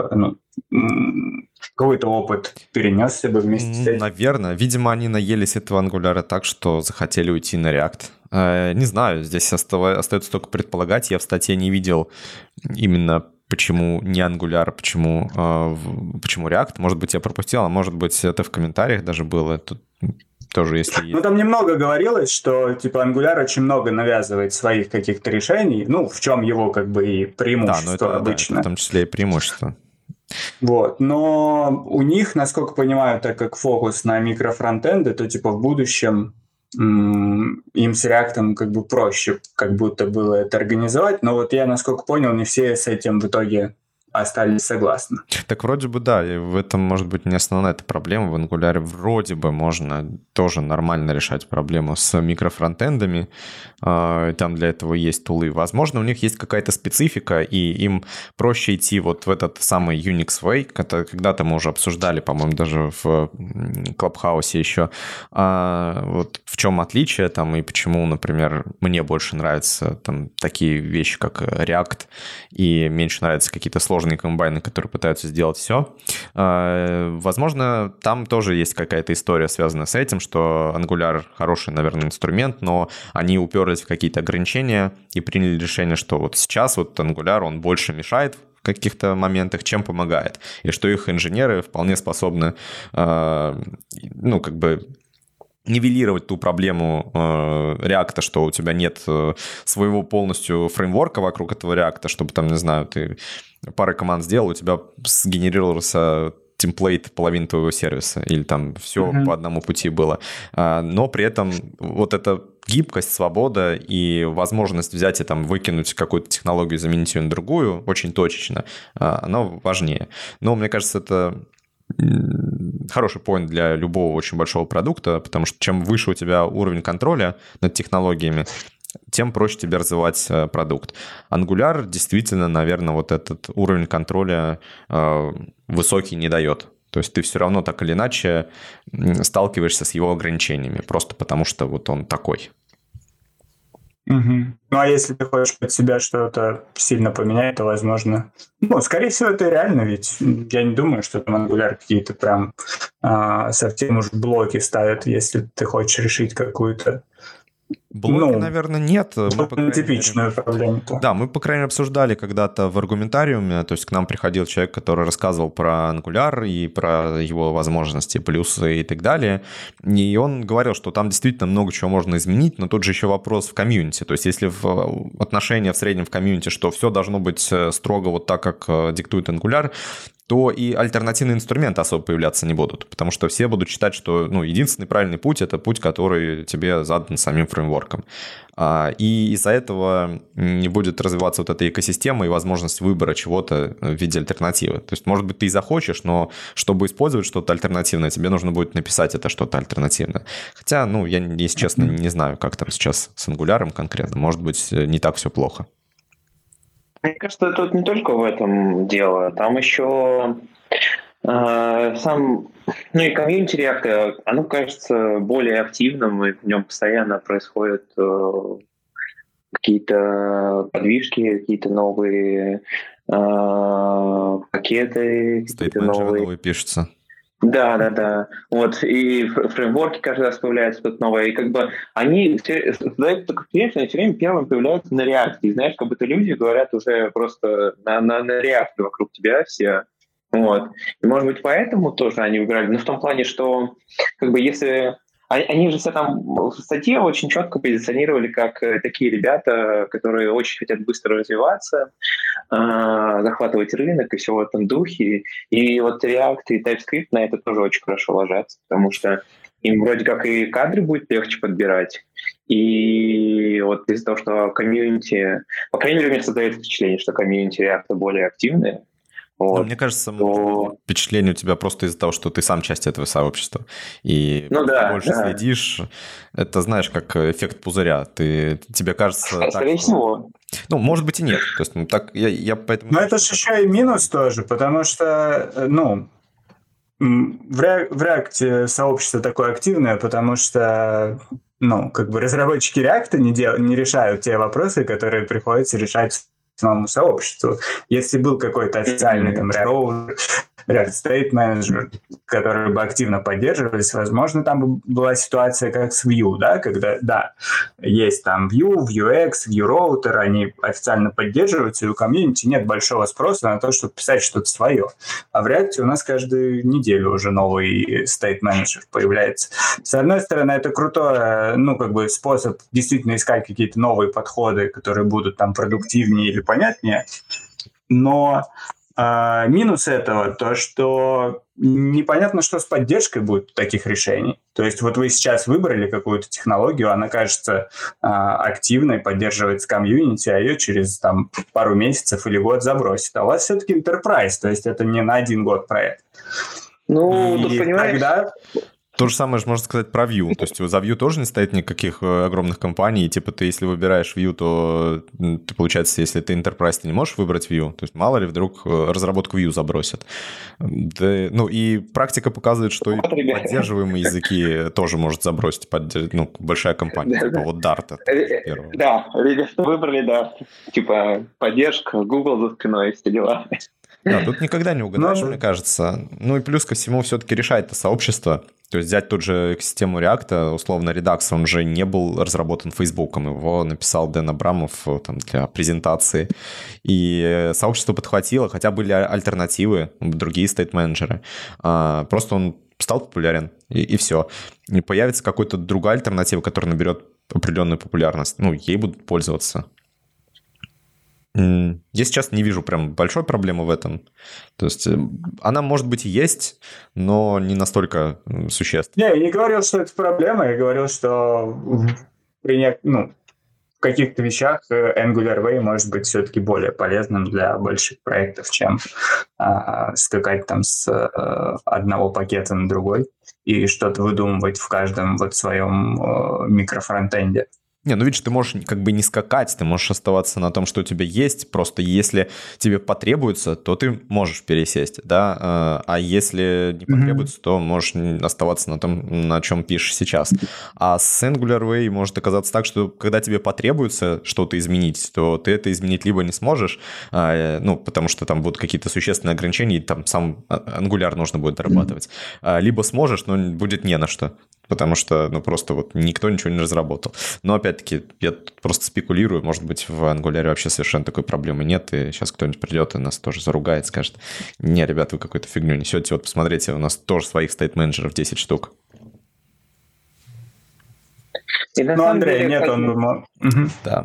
какой-то опыт перенесся бы вместе с этим. Наверное. Видимо, они наелись этого Angular так, что захотели уйти на React. Не знаю, здесь остается только предполагать. Я в статье не видел именно почему не Angular, почему React. Может быть, я пропустил, а может быть, это в комментариях даже было. Тут тоже, если есть. Там немного говорилось, что Angular очень много навязывает своих каких-то решений, в чем его как бы и преимущество это, обычно. Да, это в том числе и преимущество. Вот, но у них, насколько понимаю, так как фокус на микрофронтенды, то в будущем им с React как бы проще как будто было это организовать, но я, насколько понял, не все с этим в итоге остались согласны. Так вроде бы да, и в этом может быть не основная эта проблема. В Angular вроде бы можно тоже нормально решать проблему с микрофронтендами. Там для этого есть тулы. Возможно, у них есть какая-то специфика, и им проще идти вот в этот самый Unix way, когда-то мы уже обсуждали, по-моему, даже в Clubhouse еще, вот в чем отличие там и почему, например, мне больше нравятся там такие вещи, как React, и меньше нравятся какие-то сложные комбайны, которые пытаются сделать все. Возможно, там тоже есть какая-то история, связанная с этим, что Angular хороший, наверное, инструмент, но они уперлись в какие-то ограничения и приняли решение, что вот сейчас вот Angular, он больше мешает в каких-то моментах, чем помогает. И что их инженеры вполне способны, нивелировать ту проблему React, что у тебя нет своего полностью фреймворка вокруг этого React, чтобы там, не знаю, ты парой команд сделал, у тебя сгенерировался темплейт половины твоего сервиса, или там все по одному пути было. Но при этом вот эта гибкость, свобода и возможность взять и там выкинуть какую-то технологию, заменить ее на другую, очень точечно, она важнее. Но мне кажется, это хороший поинт для любого очень большого продукта, потому что чем выше у тебя уровень контроля над технологиями, тем проще тебе развивать продукт. Angular действительно, наверное, вот этот уровень контроля высокий не дает. То есть ты все равно так или иначе сталкиваешься с его ограничениями, просто потому что вот он такой. Ну, а если ты хочешь под себя что-то сильно поменять, то, возможно... Ну, скорее всего, это реально, ведь я не думаю, что там Angular какие-то прям совсем уж блоки ставят, если ты хочешь решить какую-то... Блоки, наверное, нет. Типичную проблему. Да, мы, по крайней мере, обсуждали когда-то в аргументариуме, то есть к нам приходил человек, который рассказывал про Angular и про его возможности, плюсы и так далее, и он говорил, что там действительно много чего можно изменить, но тут же еще вопрос в комьюнити, то есть если в отношения в среднем в комьюнити, что все должно быть строго вот так, как диктует Angular, то и альтернативные инструменты особо появляться не будут, потому что все будут считать, что единственный правильный путь – это путь, который тебе задан самим фреймворком. И из-за этого не будет развиваться вот эта экосистема и возможность выбора чего-то в виде альтернативы. То есть, может быть, ты и захочешь, но чтобы использовать что-то альтернативное, тебе нужно будет написать это что-то альтернативное. Хотя, я, если честно, не знаю, как там сейчас с Angular конкретно. Может быть, не так все плохо. Мне кажется, тут не только в этом дело. Там еще сам, и комьюнити React, оно кажется более активным, и в нем постоянно происходят какие-то подвижки, какие-то новые пакеты, какие-то новые пишутся. Да. Вот, и фреймворки каждый раз появляются тут новые, и они создают такое впечатление, все время первым появляются на React, и знаешь, как будто люди говорят уже просто на React вокруг тебя все, вот. И, может быть, поэтому тоже они выбирали, но в том плане, что если... Они же себя там в статье очень четко позиционировали как такие ребята, которые очень хотят быстро развиваться, захватывать рынок и все в этом духе. И вот React и TypeScript на это тоже очень хорошо ложатся, потому что им вроде как и кадры будет легче подбирать. И вот из-за того, что комьюнити... По крайней мере, у меня создается впечатление, что комьюнити React более активные. Вот. Мне кажется, впечатление у тебя просто из-за того, что ты сам часть этого сообщества. И больше следишь. Это, знаешь, как эффект пузыря. Тебе кажется... Скорее всего. Может быть и нет. То есть, так, я поэтому... Но это же еще и минус тоже, потому что, в React сообщество такое активное, потому что, разработчики React не решают те вопросы, которые приходится решать самому сообществу. Если был какой-то официальный React State Manager, которые бы активно поддерживались, возможно, там была ситуация как с Vue, да, когда, есть там Vue, Vuex, VueRouter, они официально поддерживаются, и у комьюнити нет большого спроса на то, чтобы писать что-то свое. А в React у нас каждую неделю уже новый State Manager появляется. С одной стороны, это крутой, способ действительно искать какие-то новые подходы, которые будут там продуктивнее или понятнее, но минус этого то, что непонятно, что с поддержкой будет таких решений. То есть вот вы сейчас выбрали какую-то технологию, она кажется активной, поддерживается комьюнити, а ее через пару месяцев или год забросит. А у вас все-таки enterprise, то есть это не на 1 год проект. Тут понимаешь... Тогда... То же самое же можно сказать про Vue. То есть за Vue тоже не стоит никаких огромных компаний. Типа ты, если выбираешь Vue, то ты, получается, если ты Enterprise, ты не можешь выбрать Vue. То есть мало ли вдруг разработку Vue забросят. Да, и практика показывает, что и поддерживаемые языки тоже может забросить большая компания. Типа вот Dart. Да, ребята выбрали Dart. Типа поддержка, Google за спиной и все дела. Да, тут никогда не угадаешь, Ну, мне кажется. Ну и плюс ко всему все-таки решает это сообщество. То есть взять тот же экосистему React, условно Redux, он же не был разработан Фейсбуком, его написал Дэн Абрамов там, для презентации. И сообщество подхватило, хотя были альтернативы, другие стейт-менеджеры. Просто он стал популярен, и все. И появится какая-то другая альтернатива, которая наберет определенную популярность. Ну, ей будут пользоваться. Я сейчас не вижу прям большой проблемы в этом. То есть она, может быть, и есть, но не настолько существенна. не, я не говорил, что это проблема, я говорил, что в каких-то вещах Angular Way может быть все-таки более полезным для больших проектов, чем скакать там с одного пакета на другой и что-то выдумывать в каждом вот своем микрофронтенде. Не, ну видишь, ты можешь как бы не скакать, ты можешь оставаться на том, что у тебя есть, просто если тебе потребуется, то ты можешь пересесть, да, а если не потребуется, то можешь оставаться на том, на чем пишешь сейчас. А с Angular Way может оказаться так, что когда тебе потребуется что-то изменить, то ты это изменить либо не сможешь, потому что там будут какие-то существенные ограничения, и там сам Angular нужно будет дорабатывать, либо сможешь, но будет не на что. Потому что, просто вот никто ничего не разработал. Но, опять-таки, я тут просто спекулирую. Может быть, в Angular вообще совершенно такой проблемы нет, и сейчас кто-нибудь придет и нас тоже заругает, скажет: не, ребят, вы какую-то фигню несете. Вот посмотрите, у нас тоже своих стейт-менеджеров 10 штук. Ну, Андрей, нет, он... Да.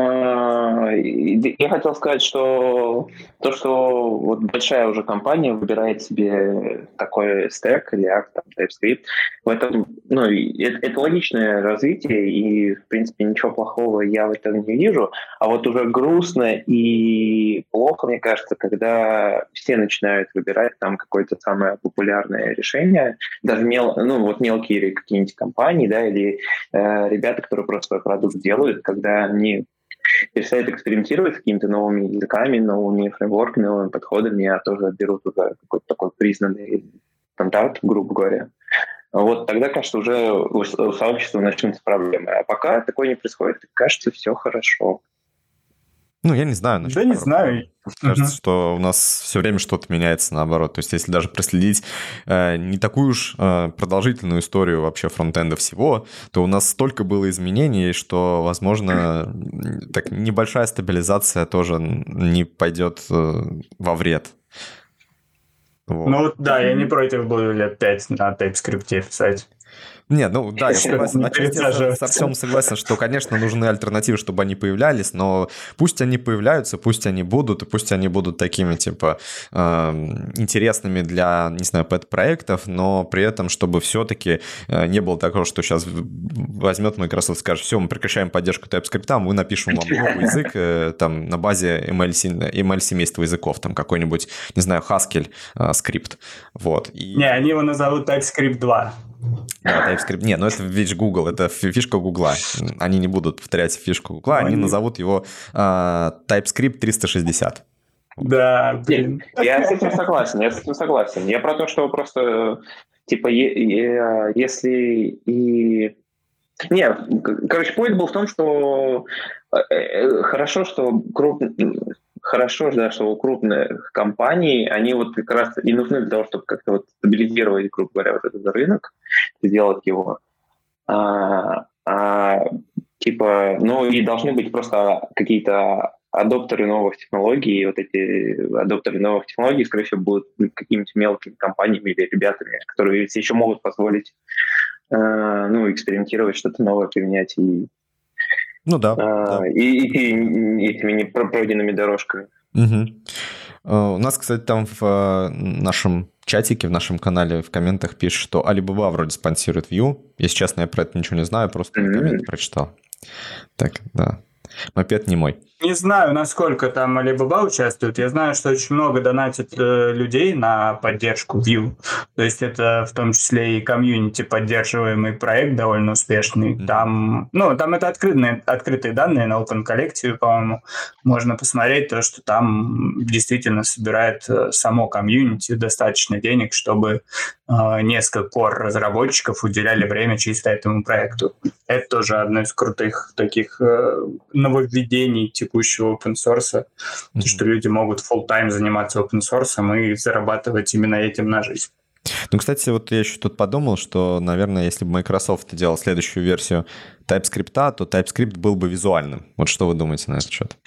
Я хотел сказать, что то, что вот большая уже компания выбирает себе такой стэк, React, там, TypeScript, в этом, это логичное развитие, и, в принципе, ничего плохого я в этом не вижу. А вот уже грустно и плохо, мне кажется, когда все начинают выбирать там какое-то самое популярное решение, даже мелкие какие-нибудь компании, да, или ребята, которые просто свой продукт делают, когда они перестают экспериментировать с какими-то новыми языками, новыми фреймворками, новыми подходами, а тоже берут уже какой-то такой признанный стандарт, грубо говоря. Вот тогда, кажется, уже у сообщества начнутся проблемы. А пока такое не происходит, кажется, все хорошо. Я не знаю. Да не знаю. Кажется, что у нас все время что-то меняется наоборот. То есть, если даже проследить не такую уж продолжительную историю вообще фронтенда всего, то у нас столько было изменений, что, возможно, так небольшая стабилизация тоже не пойдет во вред. Вот. Я не против буду лет 5 на TypeScript писать. Не, я согласен. Я совсем согласен, что, конечно, нужны альтернативы, чтобы они появлялись, но пусть они появляются, пусть они будут, и пусть они будут такими, интересными для, не знаю, пэт-проектов, но при этом, чтобы все-таки не было такого, что сейчас возьмет Microsoft и скажет: все, мы прекращаем поддержку TypeScript, мы напишем вам новый язык там на базе ML-семейства языков, там какой-нибудь, не знаю, Haskell скрипт. Вот. Не, они его назовут TypeScript 2. Да, TypeScript. Не, это, видишь, Google, это фишка Гугла. Они не будут повторять фишку Гугла, они назовут его TypeScript 360. Да, блин. Я с этим согласен. Я про то, что просто, если и... point был в том, что хорошо, что что у крупных компаний, они вот как раз и нужны для того, чтобы как-то вот стабилизировать, грубо говоря, вот этот рынок, сделать его. И должны быть просто какие-то адоптеры новых технологий, и вот эти адоптеры новых технологий, скорее всего, будут какими-то мелкими компаниями или ребятами, которые еще могут позволить экспериментировать, что-то новое применять и и идти этими непройденными дорожками. У нас, кстати, там в нашем чатике, в нашем канале в комментах пишут, что Alibaba вроде спонсирует Vue. Если честно, я про это ничего не знаю, просто комменты прочитал. Так, да. Мопед не мой. Не знаю, насколько там Alibaba участвует. Я знаю, что очень много донатит людей на поддержку Vue. То есть это в том числе и комьюнити поддерживаемый проект довольно успешный. Там это открытые данные на Open Collective, по-моему. Можно посмотреть то, что там действительно собирает само комьюнити достаточно денег, чтобы несколько core-разработчиков уделяли время чисто этому проекту. Это тоже одно из крутых таких нововведений текущего open source, что люди могут full-time заниматься open source и зарабатывать именно этим на жизнь. Ну, кстати, вот я еще тут подумал, что, наверное, если бы Microsoft делал следующую версию TypeScript, то TypeScript был бы визуальным. Вот что вы думаете на этот счет?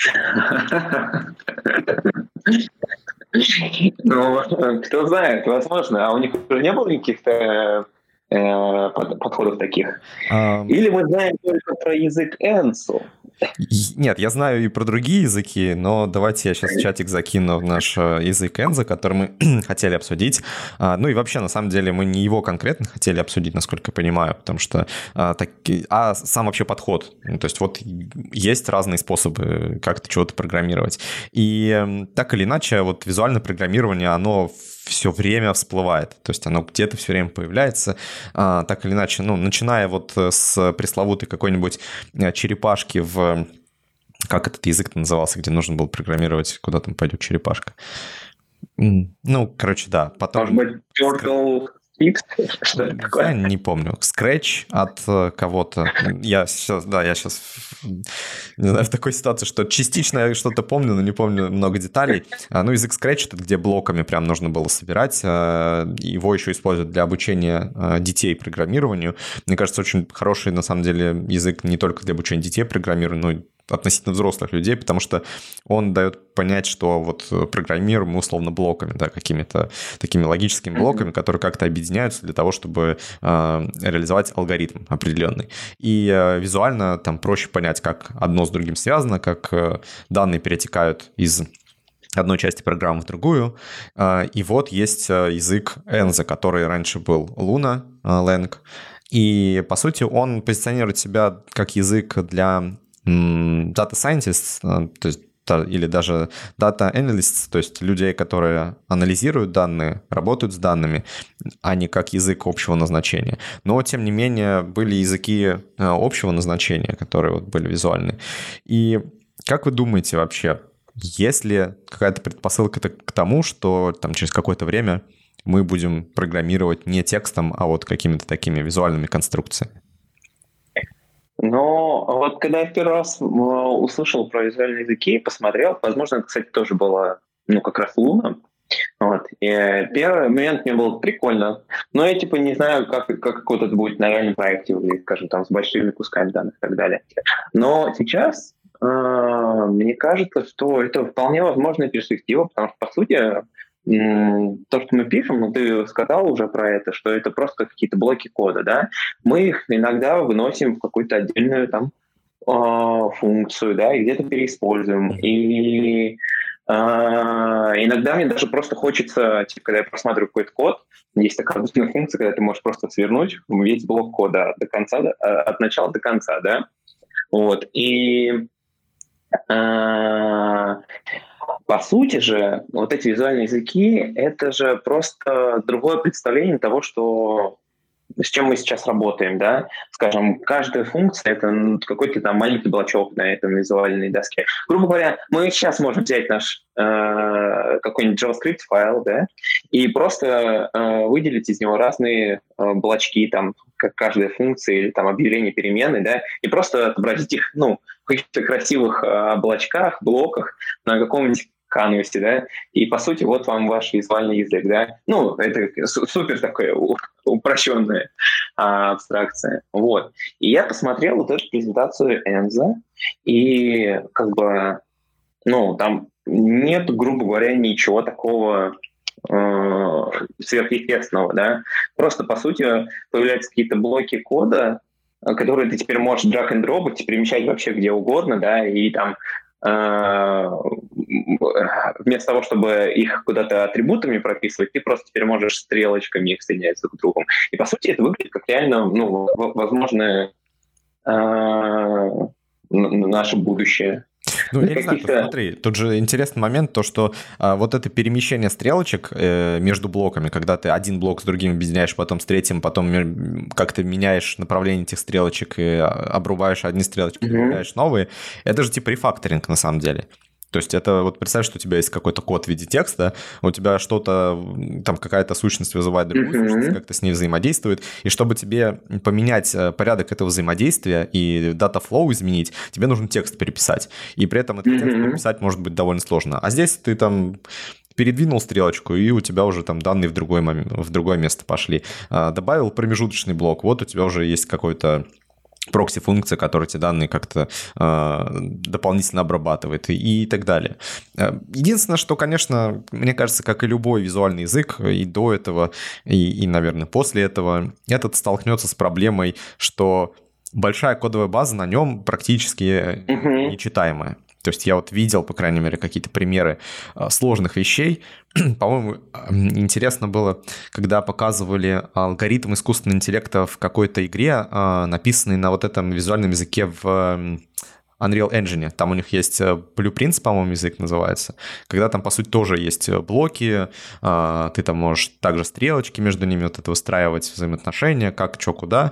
Ну, кто знает, возможно. А у них уже не было каких-то подходов таких? Или мы знаем только про язык Ansible? Нет, я знаю и про другие языки, но давайте я сейчас в чатик закину наш язык Enzo, который мы хотели обсудить. Ну и вообще, на самом деле, мы не его конкретно хотели обсудить, насколько я понимаю, потому что... сам вообще подход. То есть вот есть разные способы как-то чего-то программировать. И так или иначе, вот визуальное программирование, оно все время всплывает. То есть оно где-то все время появляется. Так или иначе, ну, начиная вот с пресловутой какой-нибудь черепашки в... Как этот язык назывался, где нужно было программировать, куда там пойдет черепашка? Ну, короче, да. Потом... Может быть, Turtle X? Что это такое? Я не помню. Scratch от кого-то. Я сейчас не знаю, в такой ситуации, что частично я что-то помню, но не помню много деталей. Ну, язык Scratch — это где блоками прям нужно было собирать. Его еще используют для обучения детей программированию. Мне кажется, очень хороший, на самом деле, язык не только для обучения детей программированию, но и относительно взрослых людей, потому что он дает понять, что вот программируем мы условно блоками, да, какими-то такими логическими блоками, которые как-то объединяются для того, чтобы реализовать алгоритм определенный. И визуально там проще понять, как одно с другим связано, как данные перетекают из одной части программы в другую. И вот есть язык Enzo, который раньше был Luna Lang. И, по сути, он позиционирует себя как язык для data scientists, то есть или даже data analysts, то есть людей, которые анализируют данные, работают с данными, а не как язык общего назначения. Но, тем не менее, были языки общего назначения, которые вот были визуальные. И как вы думаете вообще, есть ли какая-то предпосылка к тому, что там через какое-то время мы будем программировать не текстом, а вот какими-то такими визуальными конструкциями? Но вот когда я в первый раз услышал про визуальные языки, посмотрел, возможно, это, кстати, тоже было, как раз Луна. Вот. И первый момент мне было прикольно, но я типа не знаю, как вот это будет на реальном проекте выглядеть, скажем, там с большими кусками данных и так далее. Но сейчас мне кажется, что это вполне возможная перспектива, потому что, по сути, то, что мы пишем, ты сказал уже про это, что это просто какие-то блоки кода, да, мы их иногда выносим в какую-то отдельную там функцию, да, и где-то переиспользуем. И иногда мне даже просто хочется, типа, когда я просматриваю какой-то код, есть такая функция, когда ты можешь просто свернуть весь блок кода до конца, от начала до конца, да, вот, и по сути же, вот эти визуальные языки — это же просто другое представление того, с чем мы сейчас работаем, да. Скажем, каждая функция — это какой-то там маленький блочок на этом визуальной доске. Грубо говоря, мы сейчас можем взять наш какой-нибудь JavaScript файл, да, и просто выделить из него разные блочки, там, как каждая функция или там объявление переменной, да, и просто отобразить их, в каких-то красивых облачках, блоках на каком-нибудь канвасе, да, и, по сути, вот вам ваш визуальный язык, да. Это супер такая упрощенная абстракция. Вот. И я посмотрел вот эту презентацию Enzo, и там нет, грубо говоря, ничего такого сверхъестественного, да. Просто, по сути, появляются какие-то блоки кода, которые ты теперь можешь drag-and-drop, перемещать вообще где угодно, да, и там вместо того, чтобы их куда-то атрибутами прописывать, ты просто теперь можешь стрелочками их соединять друг с другом. И, по сути, это выглядит как реально, возможное наше будущее. Я не знаю, смотри, тут же интересный момент, то, что вот это перемещение стрелочек между блоками, когда ты один блок с другим объединяешь, потом с третьим, потом как-то меняешь направление этих стрелочек и обрубаешь одни стрелочки, добавляешь новые, это же типа рефакторинг на самом деле. То есть это вот представь, что у тебя есть какой-то код в виде текста, у тебя что-то, там какая-то сущность вызывает другую сущность, как-то с ней взаимодействует, и чтобы тебе поменять порядок этого взаимодействия и data flow изменить, тебе нужно текст переписать. И при этом этот текст переписать может быть довольно сложно. А здесь ты там передвинул стрелочку, и у тебя уже там данные в другое место пошли. Добавил промежуточный блок, вот у тебя уже есть какой-то прокси-функция, которая эти данные как-то дополнительно обрабатывает и так далее. Единственное, что, конечно, мне кажется, как и любой визуальный язык, и до этого, и наверное, после этого, этот столкнется с проблемой, что большая кодовая база на нем практически нечитаемая. То есть я вот видел, по крайней мере, какие-то примеры сложных вещей. По-моему, интересно было, когда показывали алгоритм искусственного интеллекта в какой-то игре, написанный на вот этом визуальном языке в Unreal Engine. Там у них есть Blueprints, по-моему, язык называется, когда там, по сути, тоже есть блоки, ты там можешь также стрелочки между ними вот это выстраивать, взаимоотношения, как, что, куда.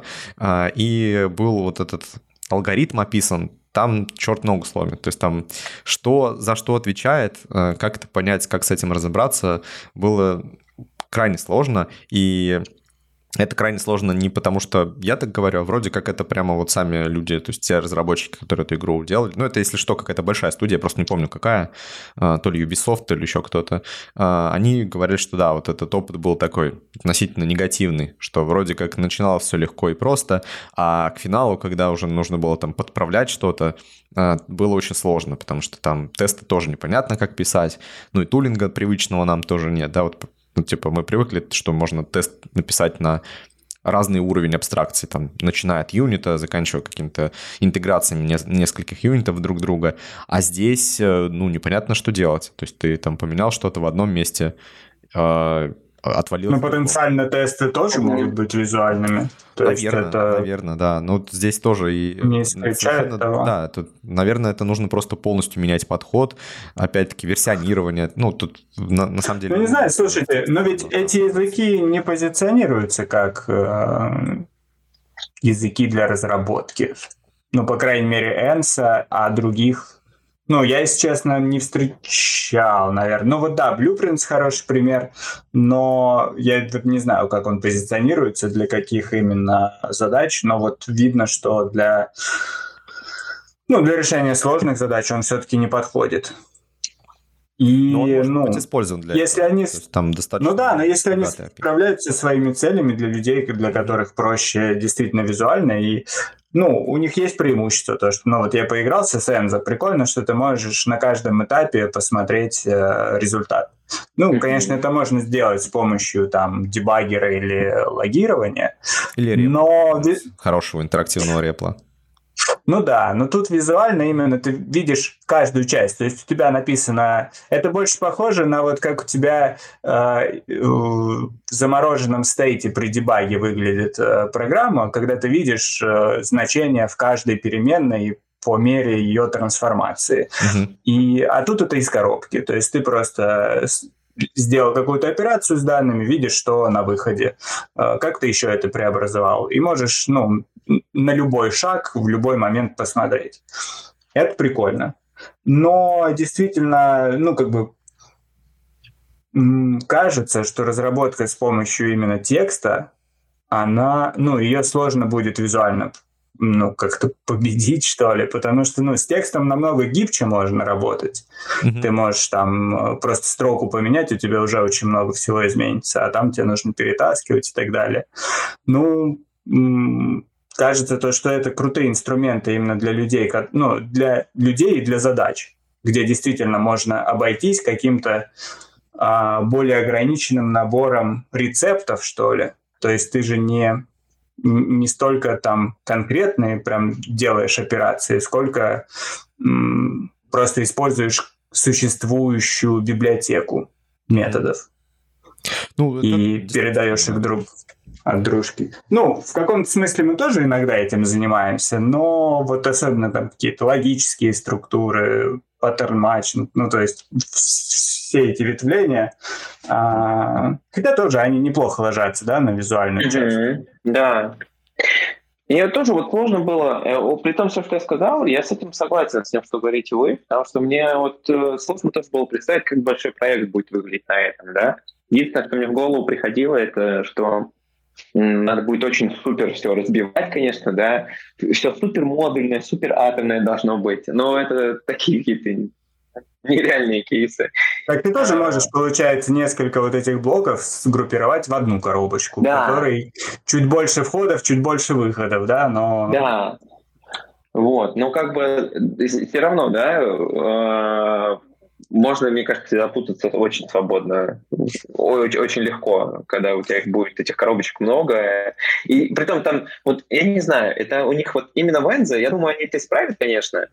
И был вот этот алгоритм описан, там черт ногу сломит. То есть там что за что отвечает, как это понять, как с этим разобраться, было крайне сложно. И это крайне сложно не потому, что я так говорю, а вроде как это прямо вот сами люди, то есть те разработчики, которые эту игру делали. Ну, это, если что, какая-то большая студия, я просто не помню какая, то ли Ubisoft, то ли еще кто-то. Они говорили, что да, вот этот опыт был такой относительно негативный, что вроде как начиналось все легко и просто, а к финалу, когда уже нужно было там подправлять что-то, было очень сложно, потому что там тесты тоже непонятно, как писать, ну и тулинга привычного нам тоже нет, да, вот. Ну, типа, мы привыкли, что можно тест написать на разный уровень абстракции, там, начиная от юнита, заканчивая какими-то интеграциями нескольких юнитов друг друга. А здесь, ну, непонятно, что делать. То есть ты там поменял что-то в одном месте, отвалил. Но потенциально тесты тоже могут быть визуальными. То Наверное, да. Ну, здесь тоже и... Не исключает того. Да, тут, наверное, это нужно просто полностью менять подход. Опять-таки, версионирование. Ну, тут на самом деле... Ну, не знаю, слушайте, но ведь эти языки не позиционируются как языки для разработки. Ну, по крайней мере, ENSA, а других... Ну, я, если честно, не встречал, наверное. Ну, вот да, Blueprints хороший пример, но я не знаю, как он позиционируется, для каких именно задач, но вот видно, что для решения сложных задач он все-таки не подходит. И, но он может быть использован для если этого. Они... Там достаточно... Ну да, но если они справляются со своими целями для людей, для которых проще действительно визуально, и у них есть преимущество, то что, вот я поигрался с Enzo, прикольно, что ты можешь на каждом этапе посмотреть результат. Ну, конечно, это можно сделать с помощью там дебаггера или логирования. Или репла, хорошего интерактивного репла. Ну да, но тут визуально именно ты видишь каждую часть. То есть у тебя написано... Это больше похоже на вот как у тебя в замороженном стейте при дебаге выглядит программа, когда ты видишь значение в каждой переменной по мере ее трансформации. А тут это из коробки. То есть ты просто... сделал какую-то операцию с данными, видишь, что на выходе. Как ты еще это преобразовал? И можешь, на любой шаг в любой момент посмотреть. Это прикольно. Но действительно, кажется, что разработка с помощью именно текста, она, ее сложно будет визуально как-то победить, что ли, потому что, с текстом намного гибче можно работать. Ты можешь там просто строку поменять, у тебя уже очень много всего изменится, а там тебе нужно перетаскивать и так далее. Кажется, что это крутые инструменты именно для людей, для людей и для задач, где действительно можно обойтись каким-то более ограниченным набором рецептов, что ли. То есть ты же не столько там конкретные прям делаешь операции, сколько просто используешь существующую библиотеку методов и передаешь их от дружки. В каком-то смысле мы тоже иногда этим занимаемся, но вот особенно там какие-то логические структуры, паттерн-матч, то есть все эти ветвления, хотя тоже они неплохо ложатся, да, на визуальную часть. Да. И мне тоже вот сложно было, при том, что я сказал, я с этим согласен, с тем, что говорите вы, потому что мне вот сложно тоже было представить, как большой проект будет выглядеть на этом, да. Единственное, что мне в голову приходило, это что надо будет очень супер все разбивать, конечно, да, все супер модульное, супер атомное должно быть, но это такие какие-то нереальные кейсы. Так ты тоже можешь, получается, несколько вот этих блоков сгруппировать в одну коробочку, в которой чуть больше входов, чуть больше выходов, да, но... Да, вот, но как бы все равно, да, можно, мне кажется, запутаться очень свободно, очень легко, когда у тебя будет этих коробочек много. И притом там, вот я не знаю, это у них вот именно в Enzo, я думаю, они это исправят, конечно,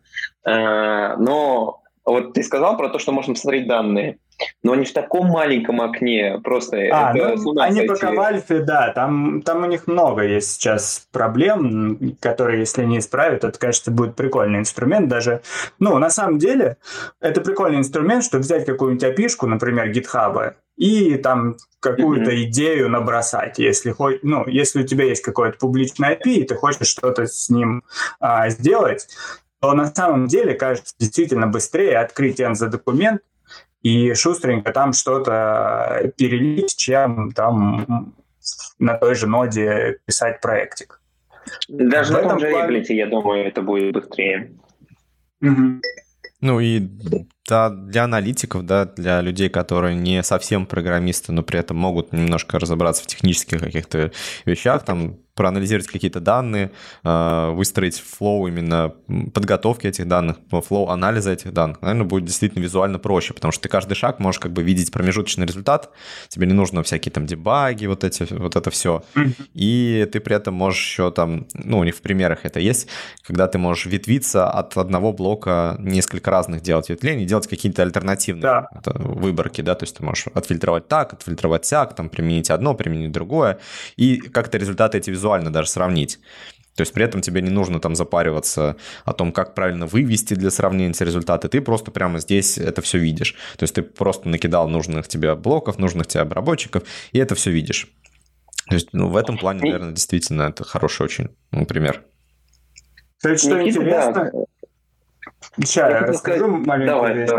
но вот ты сказал про то, что можно посмотреть данные, но они в таком маленьком окне, просто они пока в альфе, да, там у них много есть сейчас проблем, которые, если не исправят, это, конечно, будет прикольный инструмент даже. Ну, на самом деле, это прикольный инструмент, чтобы взять какую-нибудь API-шку, например, GitHub, и там какую-то идею набросать, если у тебя есть какое-то публичное API, и ты хочешь что-то с ним сделать, то на самом деле кажется действительно быстрее открыть Enzo-документ и шустренько там что-то перелить, чем там на той же ноде писать проектик. Даже на том же Эблите, я думаю, это будет быстрее. Угу. Ну и для аналитиков, да, для людей, которые не совсем программисты, но при этом могут немножко разобраться в технических каких-то вещах, там проанализировать какие-то данные, выстроить флоу именно подготовки этих данных, флоу анализа этих данных, наверное, будет действительно визуально проще, потому что ты каждый шаг можешь как бы видеть промежуточный результат, тебе не нужно всякие там дебаги, вот это все, и ты при этом можешь еще там, ну, у них в примерах это есть, когда ты можешь ветвиться от одного блока, несколько разных делать ветвлений, делать какие-то альтернативные выборки, да, то есть ты можешь отфильтровать так, отфильтровать сяк, там применить одно, применить другое, и как-то результаты эти визуально даже сравнить. То есть при этом тебе не нужно там запариваться о том, как правильно вывести для сравнения эти результаты. Ты просто прямо здесь это все видишь. То есть ты просто накидал нужных тебе блоков, нужных тебе обработчиков, и это все видишь. То есть, в этом плане, наверное, действительно это хороший очень пример. То есть, что интересно... Сейчас я расскажу маленькую вещь.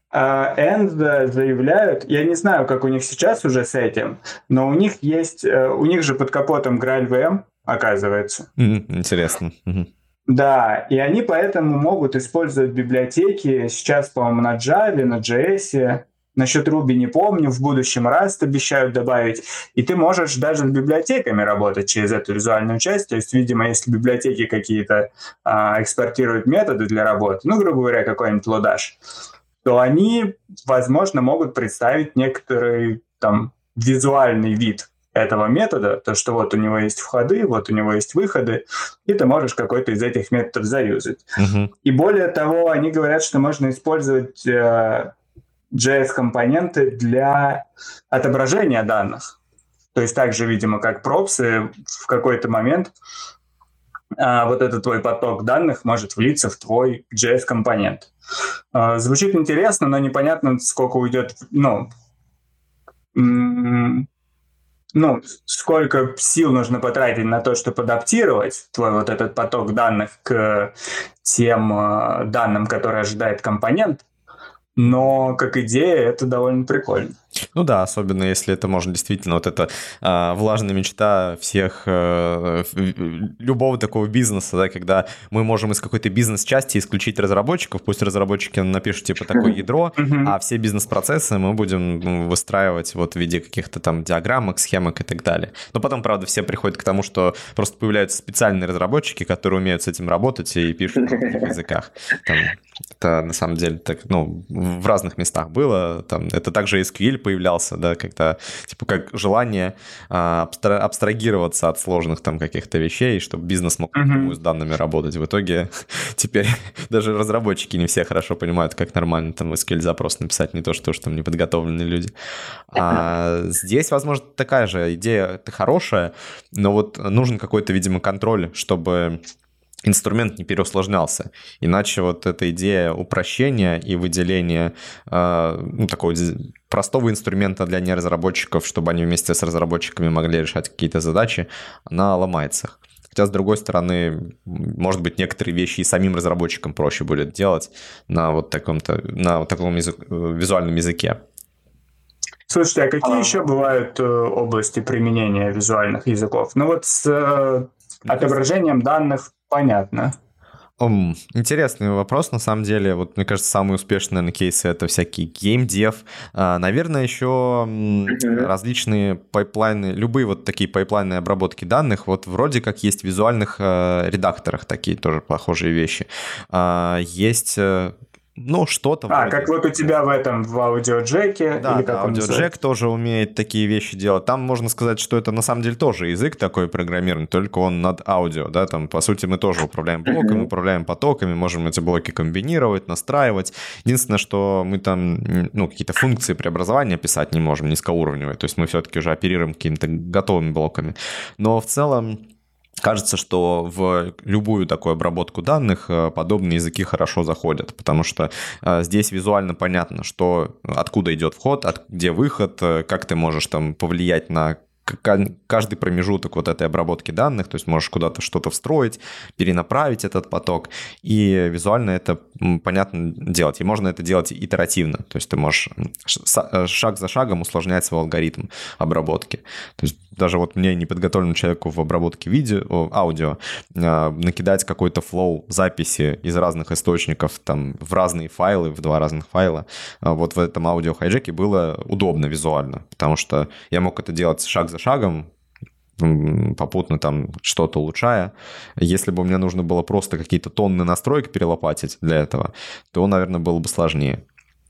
Enzo заявляют, я не знаю, как у них сейчас уже с этим, но у них же под капотом GraalVM, оказывается. Интересно. Да, и они поэтому могут использовать библиотеки сейчас, по-моему, на Java, на JS. Насчет Ruby не помню, в будущем Rust обещают добавить. И ты можешь даже с библиотеками работать через эту визуальную часть. То есть, видимо, если библиотеки какие-то экспортируют методы для работы, грубо говоря, какой-нибудь Lodash, то они, возможно, могут представить некоторый там визуальный вид этого метода, то, что вот у него есть входы, вот у него есть выходы, и ты можешь какой-то из этих методов заюзать. И более того, они говорят, что можно использовать... JS-компоненты для отображения данных. То есть так же, видимо, как пропсы, в какой-то момент вот этот твой поток данных может влиться в твой JS-компонент. Звучит интересно, но непонятно, сколько уйдет, сколько сил нужно потратить на то, чтобы адаптировать твой вот этот поток данных к тем данным, которые ожидает компонент. Но как идея это довольно прикольно. Ну да, особенно если это можно действительно, вот это влажная мечта всех, любого такого бизнеса, да, когда мы можем из какой-то бизнес-части исключить разработчиков, пусть разработчики напишут типа такое ядро, а все бизнес-процессы мы будем выстраивать вот в виде каких-то там диаграммок, схемок и так далее. Но потом, правда, все приходят к тому, что просто появляются специальные разработчики, которые умеют с этим работать и пишут на других языках. Там, это на самом деле так, в разных местах было. Там, это также SQL появлялся, да, когда, типа, как желание абстрагироваться от сложных там каких-то вещей, чтобы бизнес мог с данными работать. В итоге теперь даже разработчики не все хорошо понимают, как нормально там SQL-запрос написать, не то, что там неподготовленные люди. А здесь, возможно, такая же идея хорошая, но вот нужен какой-то, видимо, контроль, чтобы инструмент не переусложнялся. Иначе вот эта идея упрощения и выделения такого простого инструмента для неразработчиков, чтобы они вместе с разработчиками могли решать какие-то задачи, она ломается. Хотя, с другой стороны, может быть, некоторые вещи и самим разработчикам проще будет делать на вот таком визуальном языке. Слушайте, а какие еще бывают области применения визуальных языков? Ну вот с отображением данных понятно. Интересный вопрос, на самом деле. Вот, мне кажется, самые успешные, наверное, кейсы — это всякий геймдев. Наверное, еще различные пайплайны, любые вот такие пайплайны обработки данных. Вот вроде как есть в визуальных редакторах такие тоже похожие вещи. Есть... что-то вроде. Как вот у тебя в аудиоджеке? Да, или как аудиоджек тоже умеет такие вещи делать. Там можно сказать, что это на самом деле тоже язык такой программирования, только он над аудио, да, там, по сути, мы тоже управляем блоками, управляем потоками, можем эти блоки комбинировать, настраивать. Единственное, что мы там, какие-то функции преобразования писать не можем, низкоуровневые, то есть мы все-таки уже оперируем какими-то готовыми блоками. Но в целом кажется, что в любую такую обработку данных подобные языки хорошо заходят, потому что здесь визуально понятно, откуда идет вход, где выход, как ты можешь там повлиять на каждый промежуток вот этой обработки данных, то есть можешь куда-то что-то встроить, перенаправить этот поток, и визуально это понятно делать. И можно это делать итеративно, то есть ты можешь шаг за шагом усложнять свой алгоритм обработки. То есть даже вот мне, неподготовленному человеку в обработке аудио, накидать какой-то флоу записи из разных источников там, в разные файлы, в 2 разных файла, вот в этом аудио-хайджеке было удобно визуально, потому что я мог это делать шаг за шагом, попутно там что-то улучшая. Если бы мне нужно было просто какие-то тонны настроек перелопатить для этого, то, наверное, было бы сложнее.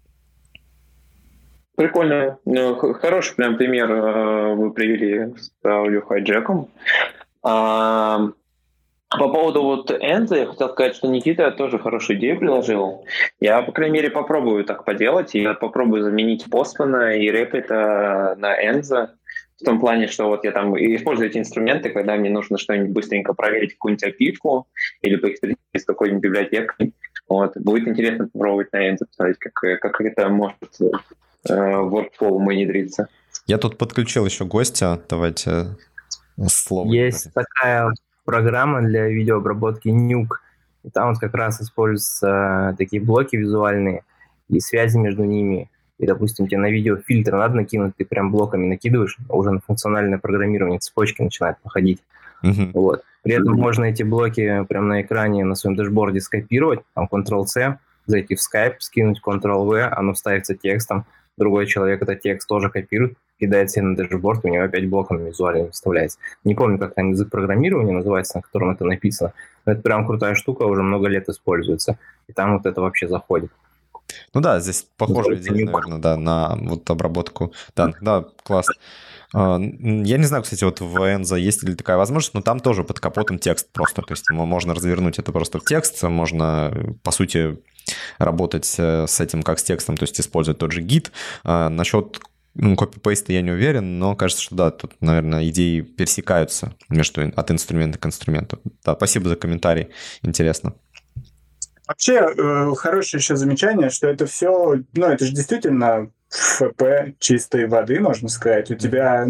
Прикольно. Хороший прям пример вы привели с аудиохайджеком. По поводу вот Энза я хотел сказать, что Никита тоже хорошую идею предложил. Я, по крайней мере, попробую так поделать. Я попробую заменить Postman и Replita на Энза. В том плане, что вот я там использую эти инструменты, когда мне нужно что-нибудь быстренько проверить, какую-нибудь API-ку или поэкспериментировать с какой-нибудь библиотекой. Вот. Будет интересно попробовать на Энза посмотреть, как это может в workflow внедриться. Я тут подключил еще гостя. Давайте слово. Есть такая программа для видеообработки Nuke. И там вот как раз используются такие блоки визуальные и связи между ними. И, допустим, тебе на видео фильтр надо накинуть, ты прям блоками накидываешь, а уже на функциональное программирование цепочки начинает походить. Вот. При этом можно эти блоки прямо на экране на своем дашборде скопировать, там Ctrl-C, зайти в Skype, скинуть Ctrl-V, оно вставится текстом, другой человек этот текст тоже копирует, кидает себе на дашборд, у него опять блоком визуально вставляется. Не помню, как там язык программирования называется, на котором это написано, но это прям крутая штука, уже много лет используется, и там вот это вообще заходит. Ну да, здесь похожая идея, наверное, да, на вот обработку данных. Да, класс. Я не знаю, кстати, вот в Enzo есть ли такая возможность, но там тоже под капотом текст просто. То есть можно развернуть это просто в текст, можно, по сути, работать с этим как с текстом, то есть использовать тот же гид. Насчет копипейста я не уверен, но кажется, что да, тут, наверное, идеи пересекаются от инструмента к инструменту. Да, спасибо за комментарий, интересно. Вообще, хорошее еще замечание, что это все, это же действительно ФП чистой воды, можно сказать. У тебя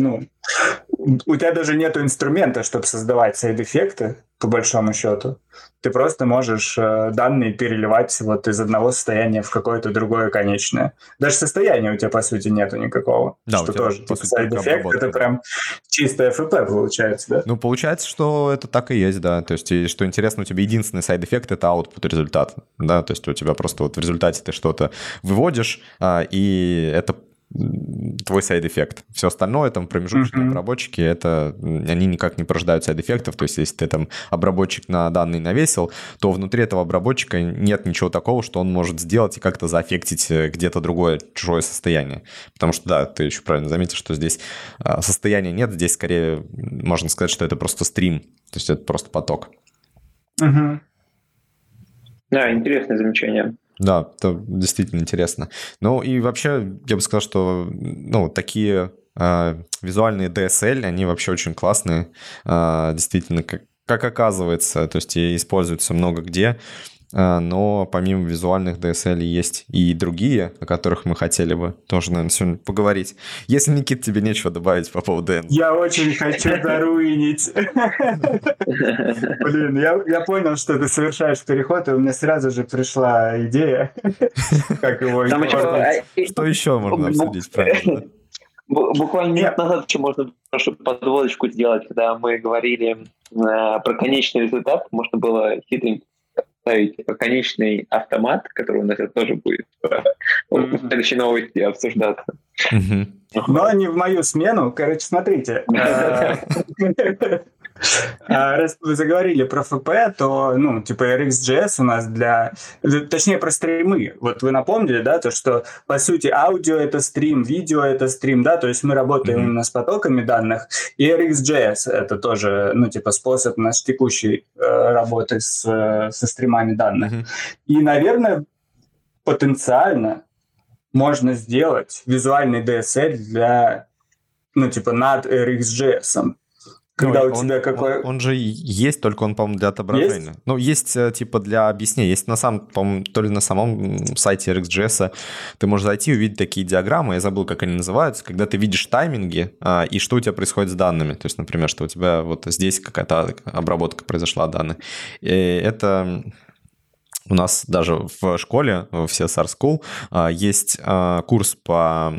даже нет инструмента, чтобы создавать сайд-эффекты, по большому счету. Ты просто можешь данные переливать вот из одного состояния в какое-то другое конечное. Даже состояния у тебя, по сути, нету никакого. Да, что тоже сайд-эффект, это прям чистая ФП получается, да? Ну, получается, что это так и есть, да. То есть, и что интересно, у тебя единственный сайд-эффект — это output результат, да. То есть у тебя просто вот в результате ты что-то выводишь, и это твой сайд-эффект. Все остальное, там, промежуточные обработчики, они никак не порождают сайд-эффектов. То есть, если ты там обработчик на данные навесил, то внутри этого обработчика нет ничего такого, что он может сделать и как-то заэффектить где-то другое чужое состояние. Потому что, да, ты еще правильно заметил, что здесь состояния нет, здесь скорее можно сказать, что это просто стрим. То есть, это просто поток. Да, интересное замечание. Да, это действительно интересно. Ну и вообще, я бы сказал, что такие визуальные DSL, они вообще очень классные. Действительно, как оказывается, то есть и используются много где. но помимо визуальных DSL есть и другие, о которых мы хотели бы тоже, наверное, сегодня поговорить. Если, Никит, тебе нечего добавить по поводу Enza. Я очень хочу заруинить. Блин, я понял, что ты совершаешь переход, и у меня сразу же пришла идея, как его использовать. Что еще можно обсудить, правильно? Буквально минут назад еще можно прошу подводочку сделать, когда мы говорили про конечный результат, можно было хитренько ставить конечный автомат, который у нас тоже будет в следующей новости обсуждаться. Но не в мою смену. Короче, смотрите. Раз вы заговорили про FP, то, RxJS у нас точнее, про стримы. Вот вы напомнили, да, то, что, по сути, аудио — это стрим, видео — это стрим, да, то есть мы работаем именно с потоками данных, и RxJS — это тоже, способ наш текущей работы со стримами данных. И, наверное, потенциально можно сделать визуальный DSL для, над RxJS. Когда у тебя он же есть, только он, по-моему, для отображения. Есть? Есть для объяснения. Есть по-моему, то ли на самом сайте RxJS ты можешь зайти и увидеть такие диаграммы, я забыл, как они называются, когда ты видишь тайминги и что у тебя происходит с данными. То есть, например, что у тебя вот здесь какая-то обработка произошла данных. И это... У нас даже в школе, в CSR School, есть курс по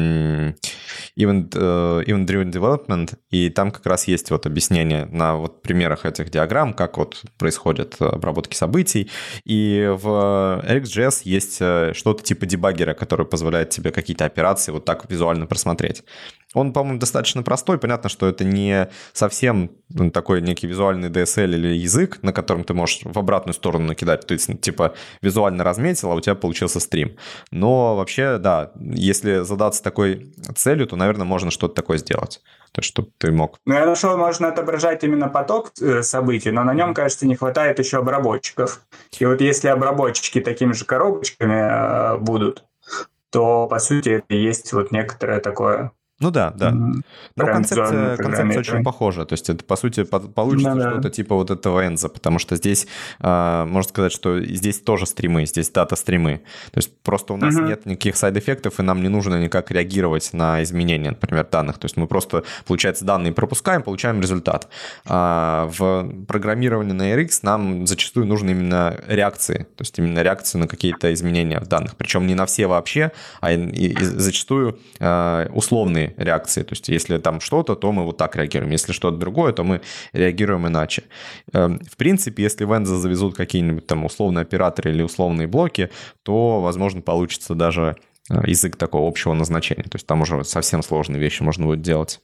Event-Driven Development, и там как раз есть вот объяснение на вот примерах этих диаграмм, как вот происходят обработки событий. И в RxJS есть что-то типа дебаггера, который позволяет тебе какие-то операции вот так визуально просмотреть. Он, по-моему, достаточно простой. Понятно, что это не совсем такой некий визуальный DSL или язык, на котором ты можешь в обратную сторону накидать. То есть, визуально разметил, а у тебя получился стрим. Но вообще, да, если задаться такой целью, то, наверное, можно что-то такое сделать. То есть, чтобы ты мог... Я нашел, можно отображать именно поток событий, но на нем, кажется, не хватает еще обработчиков. И вот если обработчики такими же коробочками будут, то, по сути, это и есть вот некоторое такое... Ну да. Но концепция очень похожа. То есть это, по сути, получится что-то типа вот этого Enza, потому что здесь, можно сказать, что здесь тоже стримы, здесь дата-стримы. То есть просто у нас нет никаких сайд-эффектов, и нам не нужно никак реагировать на изменения, например, данных. То есть мы просто, получается, данные пропускаем, получаем результат. А в программировании на RX нам зачастую нужны именно реакции, то есть именно реакции на какие-то изменения в данных. Причем не на все вообще, а и зачастую условные реакции. То есть если там что-то, то мы вот так реагируем. Если что-то другое, то мы реагируем иначе. В принципе, если в Enza завезут какие-нибудь там условные операторы или условные блоки, то, возможно, получится даже язык такого общего назначения. То есть там уже совсем сложные вещи можно будет делать.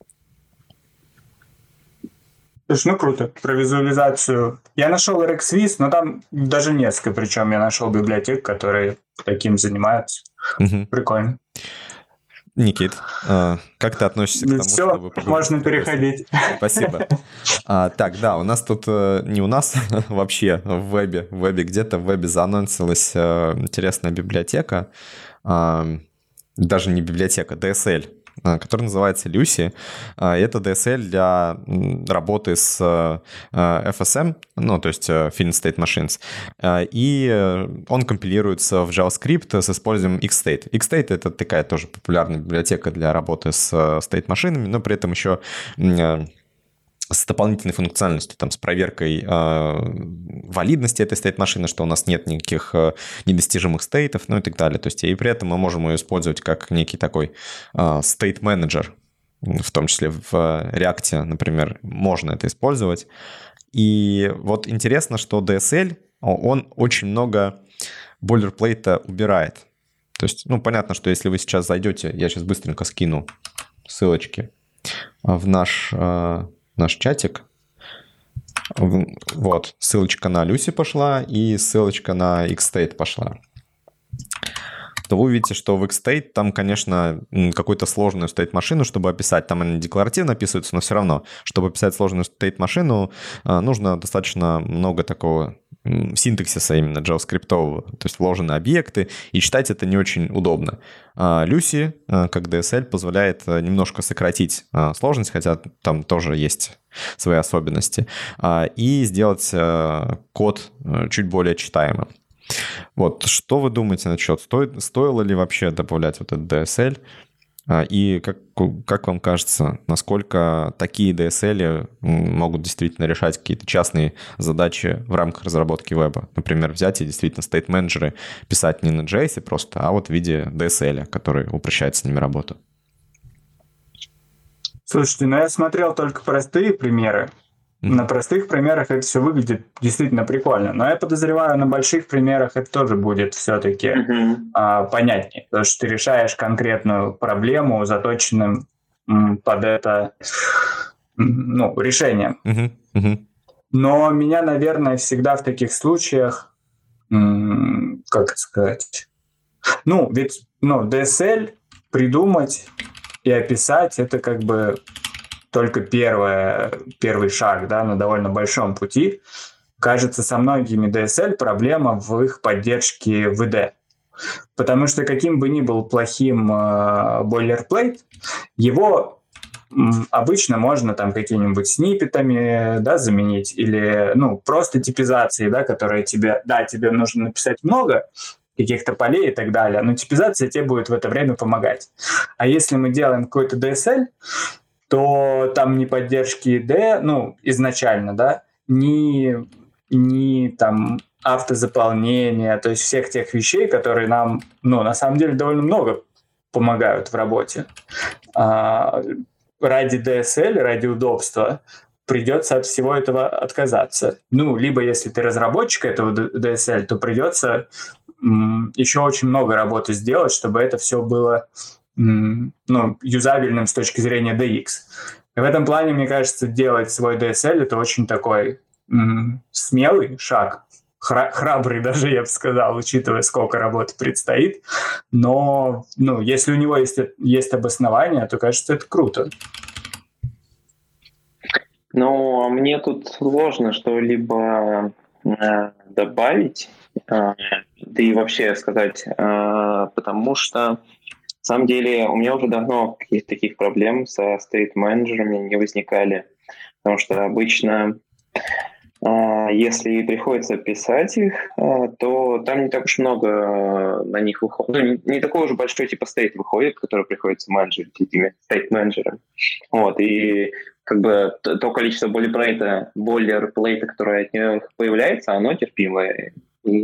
Слушай, круто. Про визуализацию. Я нашел RxViz, но там даже несколько, причем я нашел библиотек, которые таким занимаются. Прикольно. Никит, как ты относишься к тому, все, чтобы... можно переходить. Спасибо. Так, да, у нас тут, не у нас, вообще в вебе где-то в вебе заанонсилась интересная библиотека, даже не библиотека, DSL, который называется Lucy. Это DSL для работы с FSM, то есть Finite State Machines, и он компилируется в JavaScript с использованием Xstate. Xstate — это такая тоже популярная библиотека для работы с state-машинами, но при этом еще с дополнительной функциональностью, там, с проверкой валидности этой стейт-машины, что у нас нет никаких недостижимых стейтов, и так далее. То есть, и при этом мы можем ее использовать как некий такой стейт-менеджер, в том числе в React, например, можно это использовать. И вот интересно, что DSL, он очень много бойлерплейта убирает. То есть, понятно, что если вы сейчас зайдете, я сейчас быстренько скину ссылочки в наш чатик. Вот, ссылочка на Lucy пошла и ссылочка на Xstate пошла. то вы увидите, что в Xstate там, конечно, какую-то сложную state-машину, чтобы описать, там они декларативно описываются, но все равно, чтобы описать сложную state-машину, нужно достаточно много такого синтаксиса именно JavaScript-ового, то есть вложенные объекты, и читать это не очень удобно. Lucy, как DSL, позволяет немножко сократить сложность, хотя там тоже есть свои особенности, и сделать код чуть более читаемым. Вот, что вы думаете насчет, стоило ли вообще добавлять вот этот DSL? И как вам кажется, насколько такие DSL могут действительно решать какие-то частные задачи в рамках разработки веба? Например, взять и действительно state-менеджеры писать не на JS просто, а вот в виде DSL, который упрощает с ними работу. Слушайте, я смотрел только простые примеры. На простых примерах это все выглядит действительно прикольно. Но я подозреваю, на больших примерах это тоже будет все-таки понятнее. Потому что ты решаешь конкретную проблему заточенным под это решением. Но меня, наверное, всегда в таких случаях, как сказать... ведь DSL придумать и описать, это как бы... только первый шаг, да, на довольно большом пути. Кажется, со многими DSL проблема в их поддержке VD. Потому что каким бы ни был плохим boilerplate, его обычно можно там какими-нибудь сниппетами, да, заменить, или просто типизацией, да, которые тебе нужно написать много каких-то полей и так далее, но типизация тебе будет в это время помогать. А если мы делаем какой-то DSL, то там ни поддержки IDE, изначально, да, ни там автозаполнения, то есть всех тех вещей, которые нам, на самом деле довольно много помогают в работе. Ради DSL, ради удобства придется от всего этого отказаться. Либо если ты разработчик этого DSL, то придется еще очень много работы сделать, чтобы это все было юзабельным с точки зрения DX. И в этом плане, мне кажется, делать свой DSL — это очень такой смелый шаг, храбрый даже, я бы сказал, учитывая, сколько работы предстоит. Но, если у него есть обоснование, то, кажется, это круто. Мне тут сложно что-либо добавить, да и вообще сказать, потому что на самом деле у меня уже давно каких-то таких проблем со state-менеджерами не возникали, потому что обычно, если приходится писать их, то там не так уж много на них выходит, не такой уж большой типа state выходит, который приходится менеджерить этими state-менеджерами. Вот, и как бы то количество бойлерплейта, которое от них появляется, оно терпимое и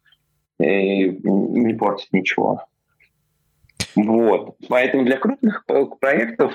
не портит ничего. Вот. Поэтому для крупных проектов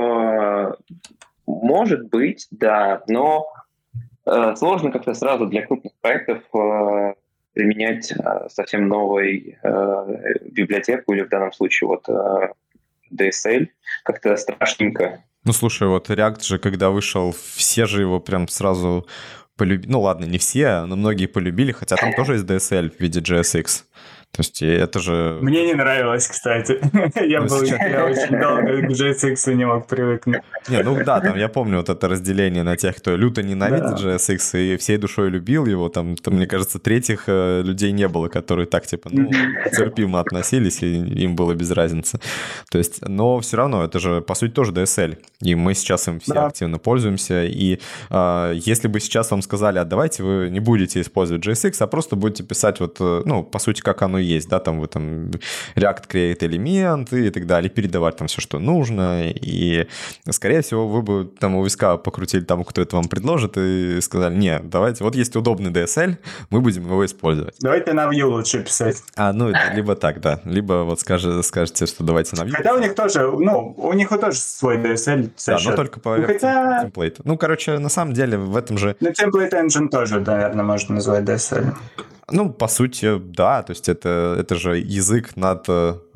может быть, да, но сложно как-то сразу для крупных проектов применять совсем новую библиотеку или в данном случае DSL. Как-то страшненько. Слушай, React же, когда вышел, все же его прям сразу полюбили. Ладно, не все, но многие полюбили, хотя там тоже есть DSL в виде JSX. То есть это же... Мне не нравилось, кстати. Я очень долго к JSX не мог привыкнуть. Там я помню это разделение на тех, кто люто ненавидит JSX и всей душой любил его. Там, мне кажется, третьих людей не было, которые так, терпимо относились, и им было без разницы. То есть, но все равно, это же, по сути, тоже DSL. И мы сейчас им все активно пользуемся. И если бы сейчас вам сказали, давайте вы не будете использовать JSX, а просто будете писать по сути, как оно есть, да, там вы React create элементы и так далее, передавать там все, что нужно, и, скорее всего, вы бы там у виска покрутили тому, кто это вам предложит, и сказали, давайте, есть удобный DSL, мы будем его использовать. Давайте на Vue лучше писать. Либо так, да, либо скажете, что давайте на Vue. Хотя у них тоже, у них тоже свой DSL. Да, но только по темплейту. На самом деле, в этом же... Template Engine тоже, наверное, можно назвать DSL. По сути, да, то есть это же язык над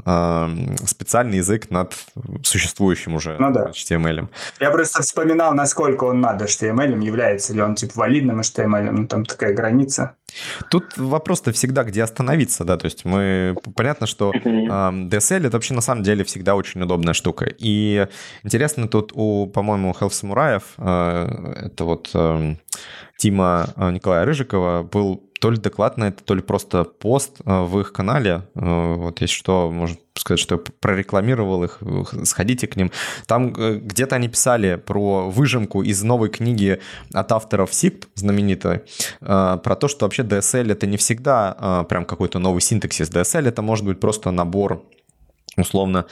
специальный язык над существующим уже HTML. Я просто вспоминал, насколько он над HTML, является ли он типа валидным HTML, ну там такая граница. Тут вопрос-то всегда, где остановиться, да, то есть понятно, что DSL это вообще на самом деле всегда очень удобная штука. И интересно тут по-моему, Health Самураев, это вот Тима Николая Рыжикова, был то ли доклад на это, то ли просто пост в их канале. Вот если что, можно сказать, что я прорекламировал их, сходите к ним. Там где-то они писали про выжимку из новой книги от авторов SIP, знаменитой, про то, что вообще DSL это не всегда прям какой-то новый синтаксис. DSL это может быть просто набор, условно,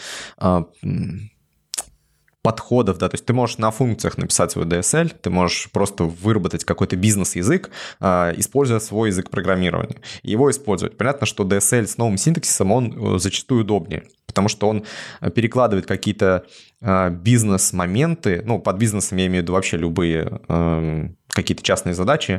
подходов, да, то есть ты можешь на функциях написать свой DSL, ты можешь просто выработать какой-то бизнес-язык, используя свой язык программирования, и его использовать. Понятно, что DSL с новым синтаксисом, он зачастую удобнее, потому что он перекладывает какие-то бизнес-моменты, ну, под бизнесом я имею в виду вообще любые какие-то частные задачи,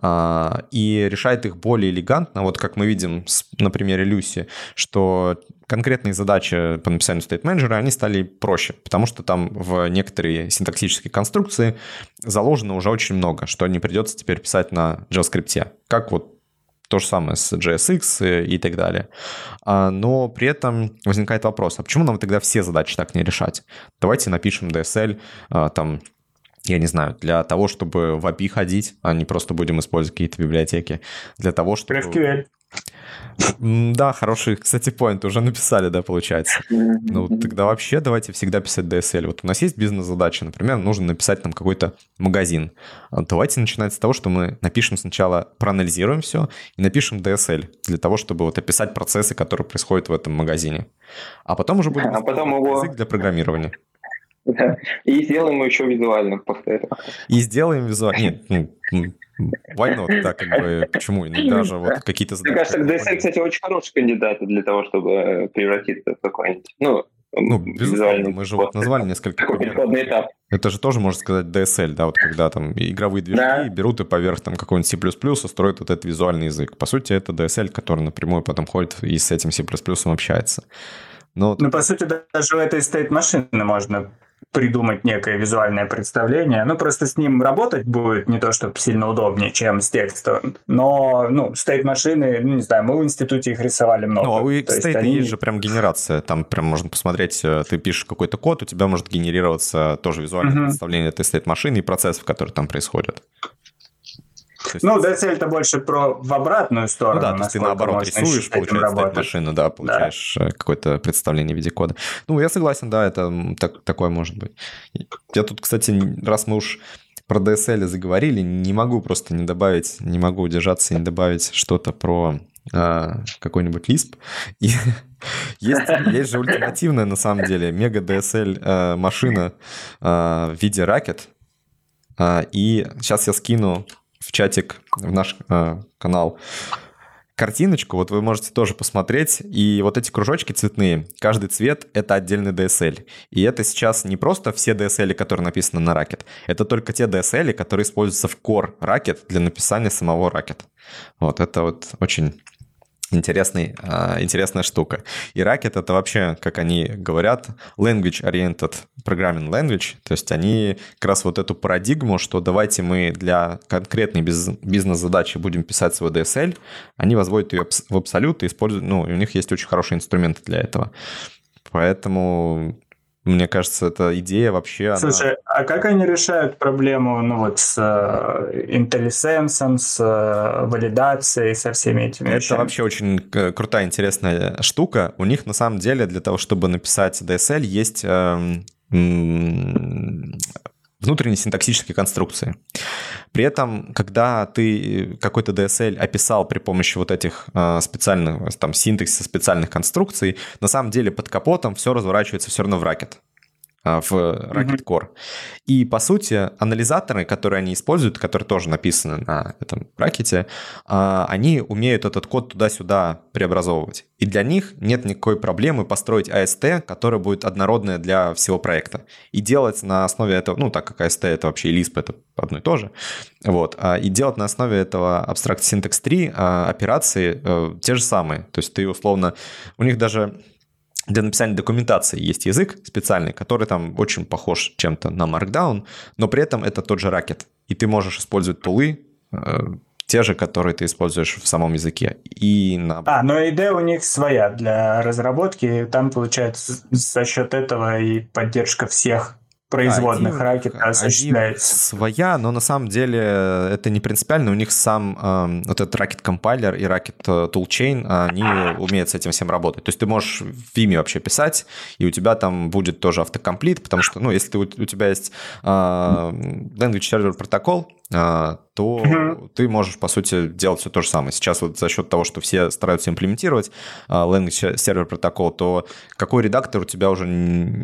и решает их более элегантно. Вот как мы видим на примере Люси, что конкретные задачи по написанию стейт-менеджера, они стали проще, потому что там в некоторые синтаксические конструкции заложено уже очень много, что не придется теперь писать на JavaScript. Как вот то же самое с JSX и так далее. Но при этом возникает вопрос, а почему нам тогда все задачи так не решать? Давайте напишем DSL, там, я не знаю, для того, чтобы в API ходить, а не просто будем использовать какие-то библиотеки, для того, чтобы... GraphQL. Да, хороший, кстати, поинт, уже написали, да, получается. Ну, тогда вообще давайте всегда писать DSL. Вот у нас есть бизнес-задача, например, нужно написать там какой-то магазин. Давайте начинать с того, что мы напишем сначала, проанализируем все и напишем DSL для того, чтобы вот описать процессы, которые происходят в этом магазине. А потом уже будем использовать язык для программирования. И сделаем его еще визуально после этого. И сделаем визуально. Нет, why not, да, как бы, почему? Иногда же вот какие-то задачи... Мне кажется, DSL, кстати, очень хороший кандидат для того, чтобы превратиться в какой-нибудь, безусловно, мы же вот назвали несколько переходный этап. Это же тоже, можно сказать, DSL, да, вот когда там игровые движки берут и поверх там какой-нибудь C++ строят вот этот визуальный язык. По сути, это DSL, который напрямую потом ходит и с этим C++ общается. Ну, по сути, даже у этой state-машины можно придумать некое визуальное представление. Ну, просто с ним работать будет не то, чтобы сильно удобнее, чем с текстом. Но, state-машины, не знаю, мы в институте их рисовали много. Ну, а у State есть же прям генерация. Там прям можно посмотреть, ты пишешь какой-то код, у тебя может генерироваться тоже визуальное представление этой state-машины и процессов, которые там происходят. DSL-то больше в обратную сторону. Ну да, то есть ты наоборот рисуешь, получается, state-машину, да, получаешь какое-то представление в виде кода. Ну, я согласен, да, это такое может быть. Я тут, кстати, раз мы уж про DSL заговорили, не могу удержаться и не добавить что-то про какой-нибудь Lisp. И есть же ультимативная, на самом деле, мега DSL машина в виде Racket. И сейчас я скину в чатик, в наш канал картиночку, вот вы можете тоже посмотреть, и вот эти кружочки цветные, каждый цвет — это отдельный DSL. И это сейчас не просто все DSL, которые написаны на Racket, это только те DSL, которые используются в core Racket для написания самого Racket. Вот это вот очень интересная штука. И Racket — это вообще, как они говорят, language-oriented programming language, то есть они как раз вот эту парадигму, что давайте мы для конкретной бизнес-задачи будем писать свой DSL, они возводят ее в абсолют и используют, и у них есть очень хорошие инструменты для этого. Поэтому... Мне кажется, эта идея вообще... Слушай, а как они решают проблему с IntelliSense, с валидацией, со всеми этими вещами? Это вообще очень крутая, интересная штука. У них, на самом деле, для того, чтобы написать DSL, есть внутренние синтаксические конструкции. При этом, когда ты какой-то DSL описал при помощи вот этих специальных, там, синтаксиса специальных конструкций, на самом деле под капотом все разворачивается все равно в Racket. В Racket Core. И, по сути, анализаторы, которые они используют, которые тоже написаны на этом Racket, они умеют этот код туда-сюда преобразовывать. И для них нет никакой проблемы построить AST, которая будет однородная для всего проекта. И делать на основе этого, так как AST это вообще и Lisp, это одно и то же, и делать на основе этого Abstract Syntax 3 операции те же самые. То есть ты условно... У них даже... для написания документации есть язык специальный, который там очень похож чем-то на Markdown, но при этом это тот же Racket. И ты можешь использовать тулы, те же, которые ты используешь в самом языке. Но IDE у них своя для разработки. Там, получается, за счет этого и поддержка всех производных Racket осуществляется. Своя, но на самом деле это не принципиально. У них сам вот этот Racket Compiler и Racket Toolchain, они умеют с этим всем работать. То есть ты можешь в Vimy вообще писать, и у тебя там будет тоже автокомплит, потому что, если у тебя есть Language Server Protocol, то ты можешь, по сути, делать все то же самое. Сейчас вот за счет того, что все стараются имплементировать Language Server Protocol, то какой редактор у тебя уже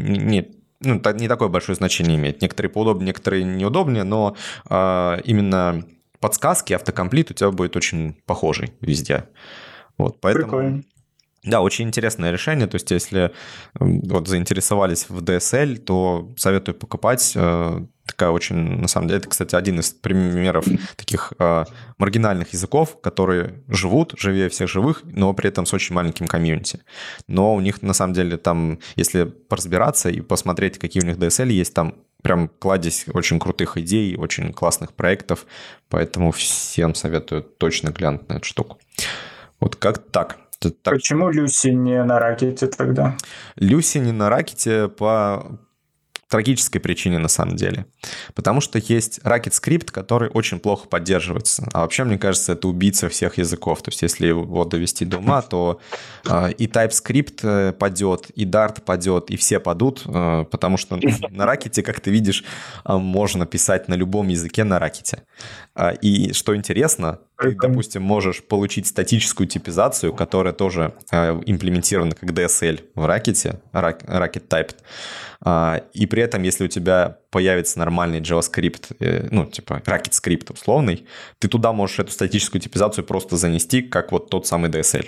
не такое большое значение имеет. Некоторые поудобнее, некоторые неудобнее, но именно подсказки, автокомплит у тебя будет очень похожий везде. Вот, поэтому... Прикольно. Да, очень интересное решение. То есть, если вот заинтересовались в DSL, то советую покупать. Такая очень, на самом деле, это, кстати, один из примеров таких маргинальных языков, которые живут, живее всех живых, но при этом с очень маленьким комьюнити. Но у них, на самом деле, там, если поразбираться и посмотреть, какие у них DSL есть, там прям кладезь очень крутых идей, очень классных проектов, поэтому всем советую точно глянуть на эту штуку. Вот как так. Почему Люси не на Racket тогда? Люси не на Racket по трагической причине, на самом деле. Потому что есть Racket скрипт, который очень плохо поддерживается. А вообще, мне кажется, это убийца всех языков. То есть, если его довести до ума, то и TypeScript падет, и Dart падет, и все падут, потому что на Racket, как ты видишь, можно писать на любом языке на Racket. И что интересно, ты, допустим, можешь получить статическую типизацию, которая тоже имплементирована как DSL в Racket, Racket Typed. И при этом, если у тебя появится нормальный JavaScript, типа Racket скрипт условный, ты туда можешь эту статическую типизацию просто занести, как вот тот самый DSL.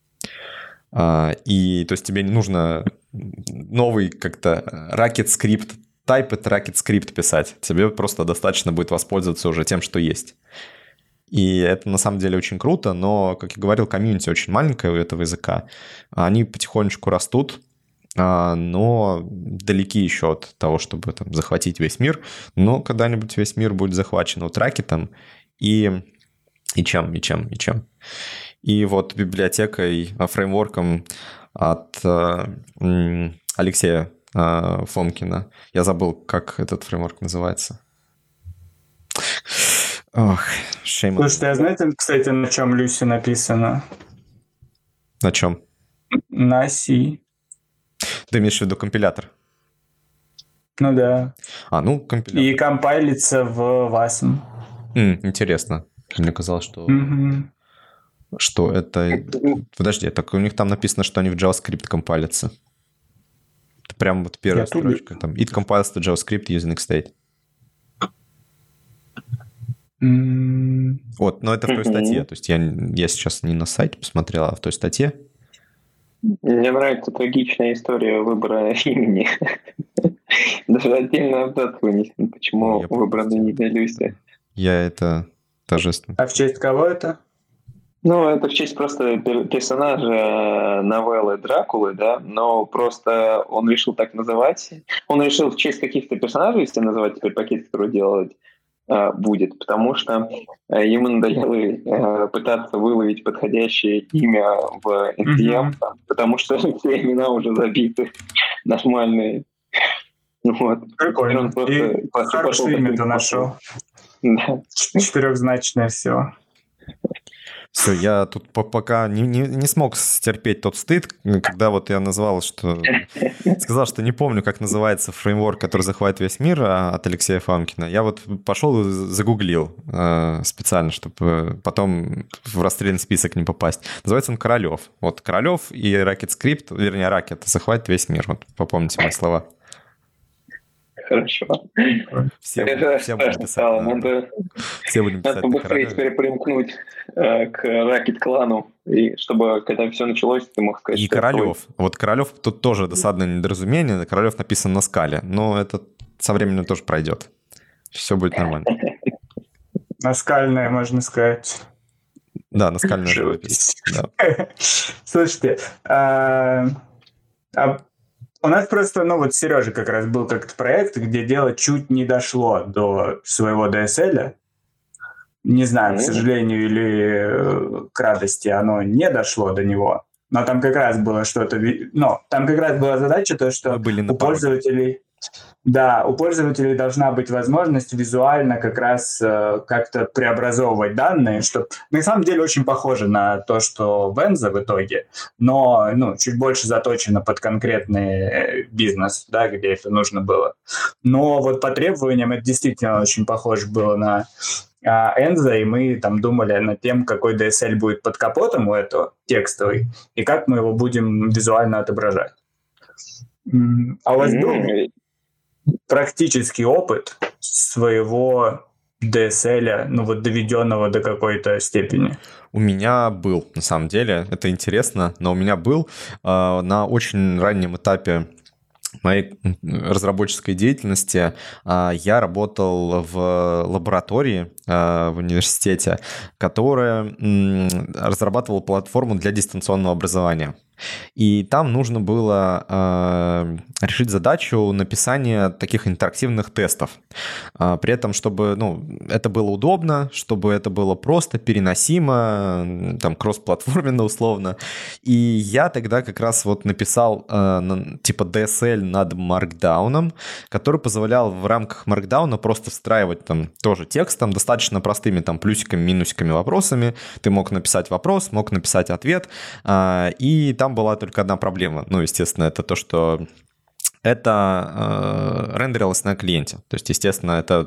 И то есть тебе не нужно новый как-то Racket скрипт, Typed Racket скрипт писать. Тебе просто достаточно будет воспользоваться уже тем, что есть. И это на самом деле очень круто, но, как я говорил, комьюнити очень маленькое у этого языка. Они потихонечку растут, но далеки еще от того, чтобы там захватить весь мир. Но когда-нибудь весь мир будет захвачен вот Racket'ом и чем. И вот библиотекой, фреймворком от Алексея Фомкина. Я забыл, как этот фреймворк называется. Ох, shame. Слушайте, а знаете, кстати, на чем Люси написано? На чем? На C. Ты имеешь в виду компилятор? Ну да. Компилятор. И компайлится в WASM. Интересно. Мне казалось, что это... Подожди, так у них там написано, что они в JavaScript компайлятся. Это прям вот первая строчка. Там it compiles to JavaScript using Xstate. Вот, но это в той статье. То есть я сейчас не на сайте посмотрел, а в той статье. Мне нравится трагичная история выбора имени. Даже отдельно абзац вынесен. Почему выбрано имя Люси? Я это торжественно. А в честь кого это? Это в честь просто персонажа новеллы Дракулы, да, но просто он решил так называть. Он решил в честь каких-то персонажей, если называть теперь пакет, который делать будет, потому что ему надоело пытаться выловить подходящее имя в NPM, потому что все имена уже забиты нормальные. Прикольно. И хорошее имя-то нашел. Да. Четырехзначное все. Все, я тут пока не смог стерпеть тот стыд, когда вот я сказал, что не помню, как называется фреймворк, который захватывает весь мир от Алексея Фомкина. Я вот пошел и загуглил специально, чтобы потом в расстрельный список не попасть. Называется он Королев. Вот Королев и Racket скрипт, вернее, Racket захватит весь мир. Вот попомните мои слова. Хорошо. Все будем писать. Надо быстрее теперь примкнуть к Racket-клану, и чтобы, когда все началось, ты мог сказать, и что Королев. Вот Королев, тут тоже досадное недоразумение. Королев написан на скале, но это со временем тоже пройдет. Все будет нормально. Наскальное, можно сказать. Да, наскальная живопись. Слушайте, У нас просто, вот Сережа как раз был как-то проект, где дело чуть не дошло до своего DSL. Не знаю, к сожалению или к радости, оно не дошло до него. Но там как раз было что-то... там как раз была задача, то, что у пользователей... Да, у пользователей должна быть возможность визуально как раз как-то преобразовывать данные, что на самом деле очень похоже на то, что Venza в итоге, но чуть больше заточено под конкретный бизнес, да, где это нужно было. Но вот по требованиям это действительно очень похоже было на Enza, и мы там думали над тем, какой DSL будет под капотом у этого текстовый, и как мы его будем визуально отображать. А у вас был практический опыт своего DSL, доведенного до какой-то степени? У меня был, на самом деле, это интересно, но у меня был на очень раннем этапе моей разработческой деятельности я работал в лаборатории в университете, которая разрабатывала платформу для дистанционного образования. И там нужно было решить задачу написания таких интерактивных тестов. При этом, чтобы это было удобно, чтобы это было просто переносимо, там, кросс-платформенно условно. И я тогда как раз написал типа DSL над Markdown, который позволял в рамках Markdown просто встраивать там тоже текстом, достаточно простыми там плюсиками, минусиками, вопросами. Ты мог написать вопрос, мог написать ответ, и там была только одна проблема. Естественно, это то, что это рендерилось на клиенте. То есть, естественно, это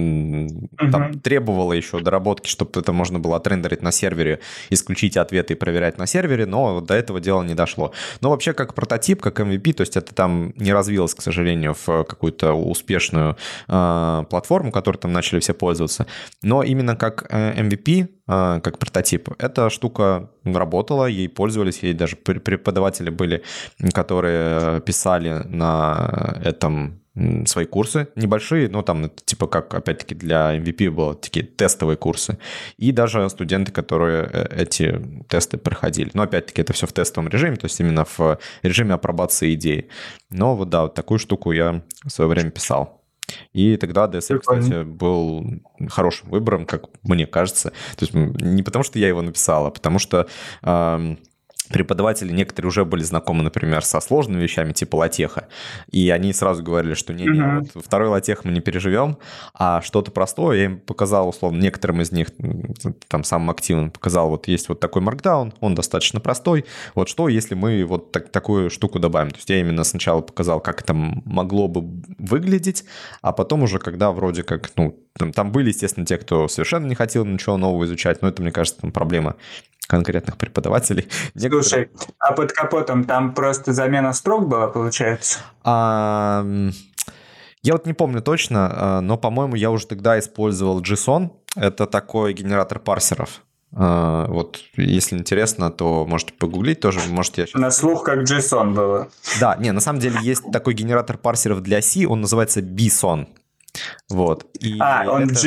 там требовало еще доработки, чтобы это можно было отрендерить на сервере, исключить ответы и проверять на сервере, но до этого дела не дошло. Но вообще как прототип, как MVP, то есть это там не развилось, к сожалению, в какую-то успешную платформу, которой там начали все пользоваться. Но именно как MVP, как прототип, эта штука работала, ей пользовались, ей даже преподаватели были, которые писали на этом свои курсы небольшие, но там это типа как, опять-таки, для MVP было такие тестовые курсы. И даже студенты, которые эти тесты проходили. Но опять-таки это все в тестовом режиме, то есть именно в режиме апробации идей. Но вот такую штуку я в свое время писал. И тогда DSL, кстати, был хорошим выбором, как мне кажется. То есть не потому, что я его написал, а потому что преподаватели некоторые уже были знакомы, например, со сложными вещами типа латеха, и они сразу говорили, что не-не, вот второй латех мы не переживем, а что-то простое я им показал, условно, некоторым из них, там, самым активным, показал, вот есть вот такой Markdown, он достаточно простой, вот что, если мы вот такую штуку добавим. То есть я именно сначала показал, как это могло бы выглядеть, а потом уже, когда вроде как, там были, естественно, те, кто совершенно не хотел ничего нового изучать, но это, мне кажется, там проблема конкретных преподавателей. Слушай, а под капотом там просто замена строк была, получается? Я вот не помню точно, но, по-моему, я уже тогда использовал JSON. Это такой генератор парсеров. Вот, если интересно, то можете погуглить тоже. Можете я сейчас... На слух как JSON было. Да, на самом деле есть такой генератор парсеров для C, он называется BSON. Вот. И он это...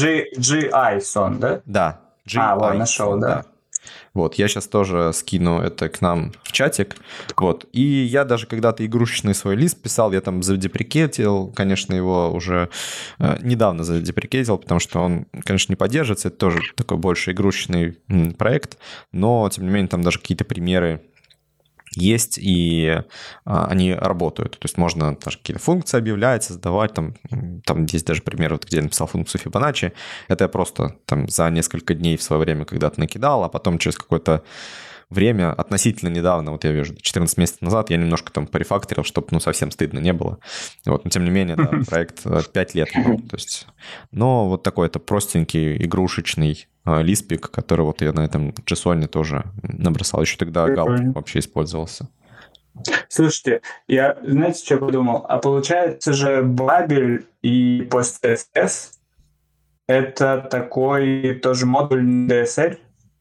GI-сон, да? Да. GI-сон, нашел, да. Вот, я сейчас тоже скину это к нам в чатик. Вот, и я даже когда-то игрушечный свой лист писал, я там задеприкетил, конечно, его уже недавно задеприкетил, потому что он, конечно, не поддерживается, это тоже такой больше игрушечный проект, но, тем не менее, там даже какие-то примеры есть, и они работают. То есть можно даже какие-то функции объявлять, создавать. Там есть даже пример, вот, где я написал функцию Fibonacci. Это я просто там за несколько дней в свое время когда-то накидал, а потом через какое-то время, относительно недавно, вот я вижу, 14 месяцев назад, я немножко там порефакторил, чтобы, совсем стыдно не было. Вот, но тем не менее, да, проект 5 лет. То есть, но вот такой это простенький, игрушечный лиспик, который вот я на этом JSON тоже набросал. Еще тогда Галп вообще использовался. Слушайте, я, знаете, что подумал? А получается же Babel и PostCSS это такой тоже модуль DSL?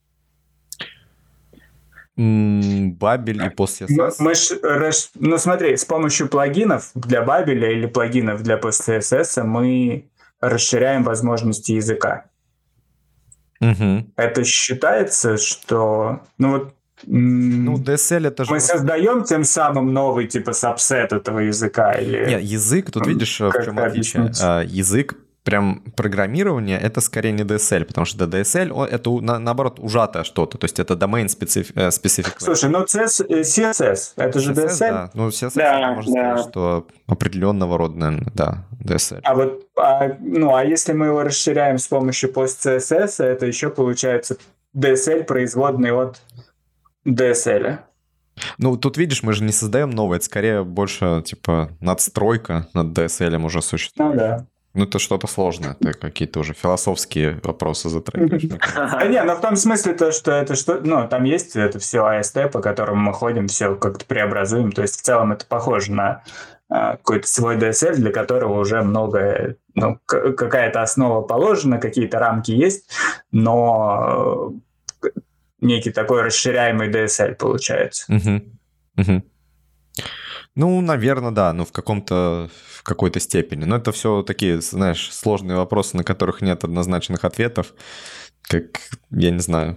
Babel и PostCSS? Смотри, с помощью плагинов для Babel или плагинов для PostCSS мы расширяем возможности языка. Это считается, что... Ну, DSL это же... Мы создаем тем самым новый типа сабсет этого языка? Или... Нет, язык, тут видишь, в чем отличие. Язык прям программирование это скорее не DSL, потому что DSL это наоборот ужатое что-то, то есть это domain specific. Слушай, ну CSS, это же CSS, DSL? Да. Ну CSS это можно сказать, что определенного рода, наверное, да, DSL. А если мы его расширяем с помощью PostCSS, это еще получается DSL производный от DSL. Ну, тут видишь, мы же не создаем новое, это скорее больше типа надстройка над DSL уже существует. Ну да. Ну, это что-то сложное, ты какие-то уже философские вопросы затрагиваешь. Но в том смысле, там есть это все AST, по которому мы ходим, все как-то преобразуем, то есть в целом это похоже на какой-то свой DSL, для которого уже много, какая-то основа положена, какие-то рамки есть, но некий такой расширяемый DSL получается. Ну, наверное, да, в какой-то степени. Но это все такие, знаешь, сложные вопросы, на которых нет однозначных ответов. Как, я не знаю,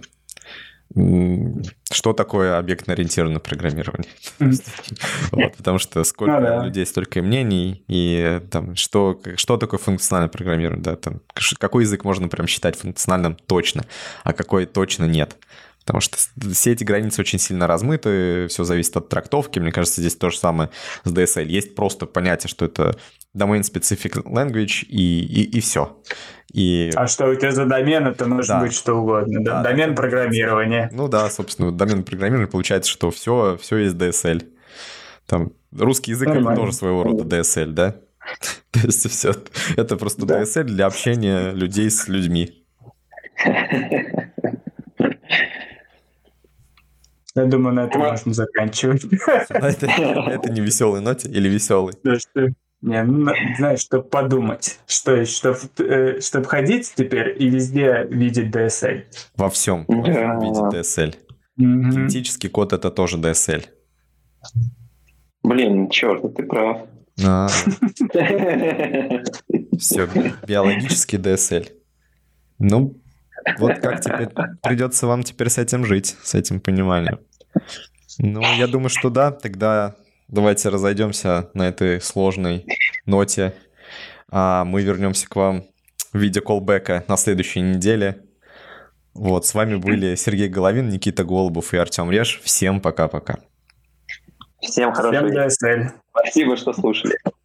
что такое объектно-ориентированное программирование. Потому что сколько людей, столько и мнений, и там, что такое функциональное программирование, да, там, какой язык можно прям считать функциональным точно, а какой точно нет. Потому что все эти границы очень сильно размыты, все зависит от трактовки. Мне кажется, здесь то же самое с DSL. Есть просто понятие, что это domain-specific language, и все. А что у тебя за домен? Это может быть что угодно. Да, домен программирования. Ну да, собственно, домен программирования получается, что все есть DSL. Там русский язык это тоже своего рода DSL, да? То есть все это просто DSL для общения людей с людьми. Я думаю, на этом можно заканчивать. Это не веселой ноте или веселой? Знаешь, чтобы подумать, чтобы ходить теперь и везде видеть DSL. Во всем видеть DSL. Синтетический код это тоже DSL. Блин, черт, ты прав. Все, биологический DSL. Ну, вот как теперь придется вам теперь с этим жить, с этим пониманием. Ну, я думаю, что да. Тогда давайте разойдемся на этой сложной ноте. А мы вернемся к вам в виде колбека на следующей неделе. Вот, с вами были Сергей Головин, Никита Голубов и Артем Реж. Всем пока-пока. Всем хорошего. Всем DSL. Спасибо, что слушали.